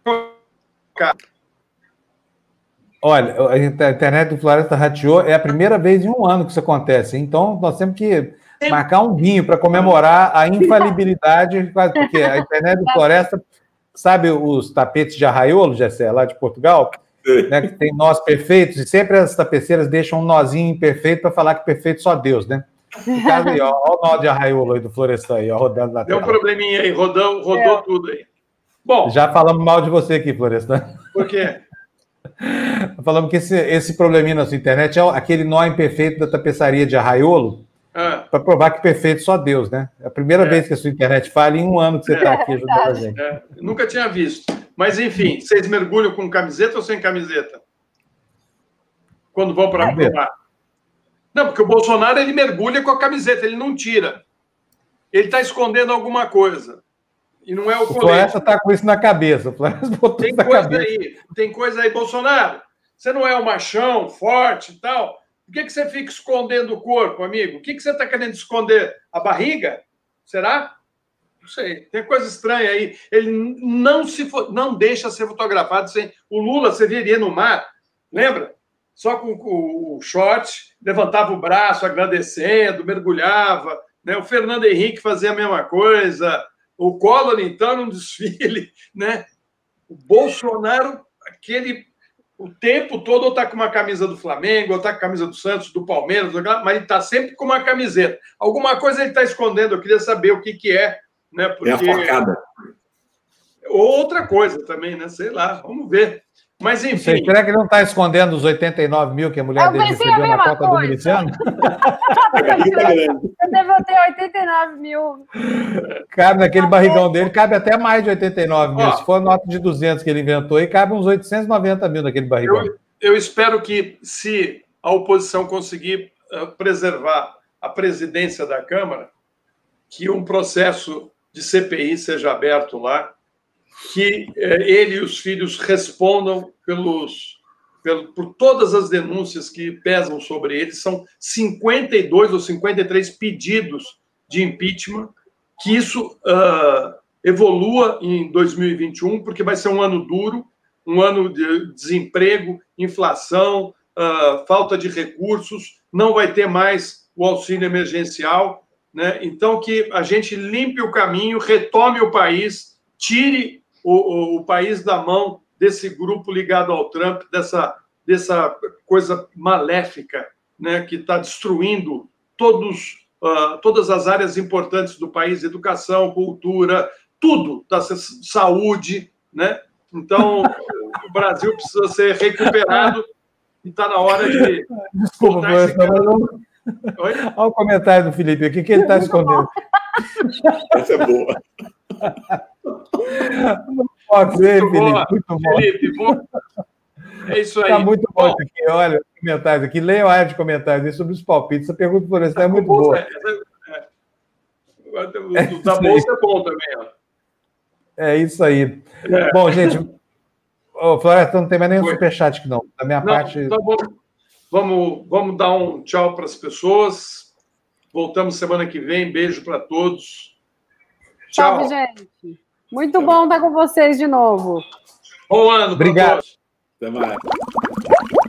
Olha, a internet do Floresta rateou, é a primeira vez em um ano que isso acontece. Então, nós temos que marcar um vinho para comemorar a infalibilidade, porque a internet do Floresta, sabe os tapetes de arraiolo, Gessé, lá de Portugal? Né, que tem nós perfeitos, e sempre as tapeceiras deixam um nozinho imperfeito para falar que perfeito só Deus, né? No caso aí, ó, o nó de arraiolo aí do Floresta aí, ó, rodando na tela.
Deu um probleminha aí, rodou tudo aí. Bom,
já falamos mal de você aqui, Floresta.
Por quê?
Falamos que esse probleminha na sua internet é aquele nó imperfeito da tapeçaria de arraiolo, para provar que perfeito só Deus, né? É a primeira vez que a sua internet falha em um ano que você está aqui ajudando a gente.
Nunca tinha visto. Mas, enfim, vocês mergulham com camiseta ou sem camiseta? Quando vão para provar? Não, porque o Bolsonaro, ele mergulha com a camiseta, ele não tira. Ele está escondendo alguma coisa. E não é o colete.
O Floresta está com isso na cabeça. O Floresta botou
tem coisa aí, tem coisa aí, Bolsonaro. Você não é um machão forte e tal. Por que você fica escondendo o corpo, amigo? O que você está querendo esconder? A barriga? Será? Não sei. Tem coisa estranha aí. Ele não deixa ser fotografado sem... O Lula, você viria no mar, lembra? Só com o short, levantava o braço agradecendo, mergulhava. né? O Fernando Henrique fazia a mesma coisa, o Collor, então, num desfile, né? O Bolsonaro, o tempo todo, ou está com uma camisa do Flamengo, ou está com a camisa do Santos, do Palmeiras, mas ele está sempre com uma camiseta. Alguma coisa ele está escondendo, eu queria saber o que é, né? Porque...
É a focada.
Outra coisa também, né? Sei lá, vamos ver. Mas, enfim...
Será que ele não está escondendo os 89 mil que a mulher dele recebeu na Copa do Miliciano?
Eu devo ter 89 mil.
Cabe naquele barrigão dele, cabe até mais de 89 mil. Se for nota de 200 que ele inventou, aí cabe uns 890 mil naquele barrigão.
Eu espero que, se a oposição conseguir preservar a presidência da Câmara, que um processo de CPI seja aberto lá, que ele e os filhos respondam por todas as denúncias que pesam sobre eles. São 52 ou 53 pedidos de impeachment, que isso evolua em 2021, porque vai ser um ano duro, um ano de desemprego, inflação, falta de recursos, não vai ter mais o auxílio emergencial, né? Então, que a gente limpe o caminho, retome o país, tire o país da mão desse grupo ligado ao Trump, dessa coisa maléfica, né, que está destruindo todas as áreas importantes do país, educação, cultura, tudo, saúde, né? Então, o Brasil precisa ser recuperado e está na hora de...
Desculpa, olha o comentário do Felipe aqui, que ele está escondendo.
Essa é boa.
Pode ser, Felipe, muito bom.
Felipe, bom. É isso aí.
Está muito bom isso aqui. Olha os comentários aqui. Leia a área de comentários sobre os palpites. Essa pergunta por essa é muito boa.
O da bolsa é bom também. Ó.
É isso aí. Bom, gente, Floresta, não tem mais nenhum superchat aqui, não. Da minha parte...
Tá bom. Vamos dar um tchau para as pessoas. Voltamos semana que vem. Beijo para todos. Tchau.
Salve, gente. Muito bom estar com vocês de novo.
Bom ano.
Obrigado.
Até mais.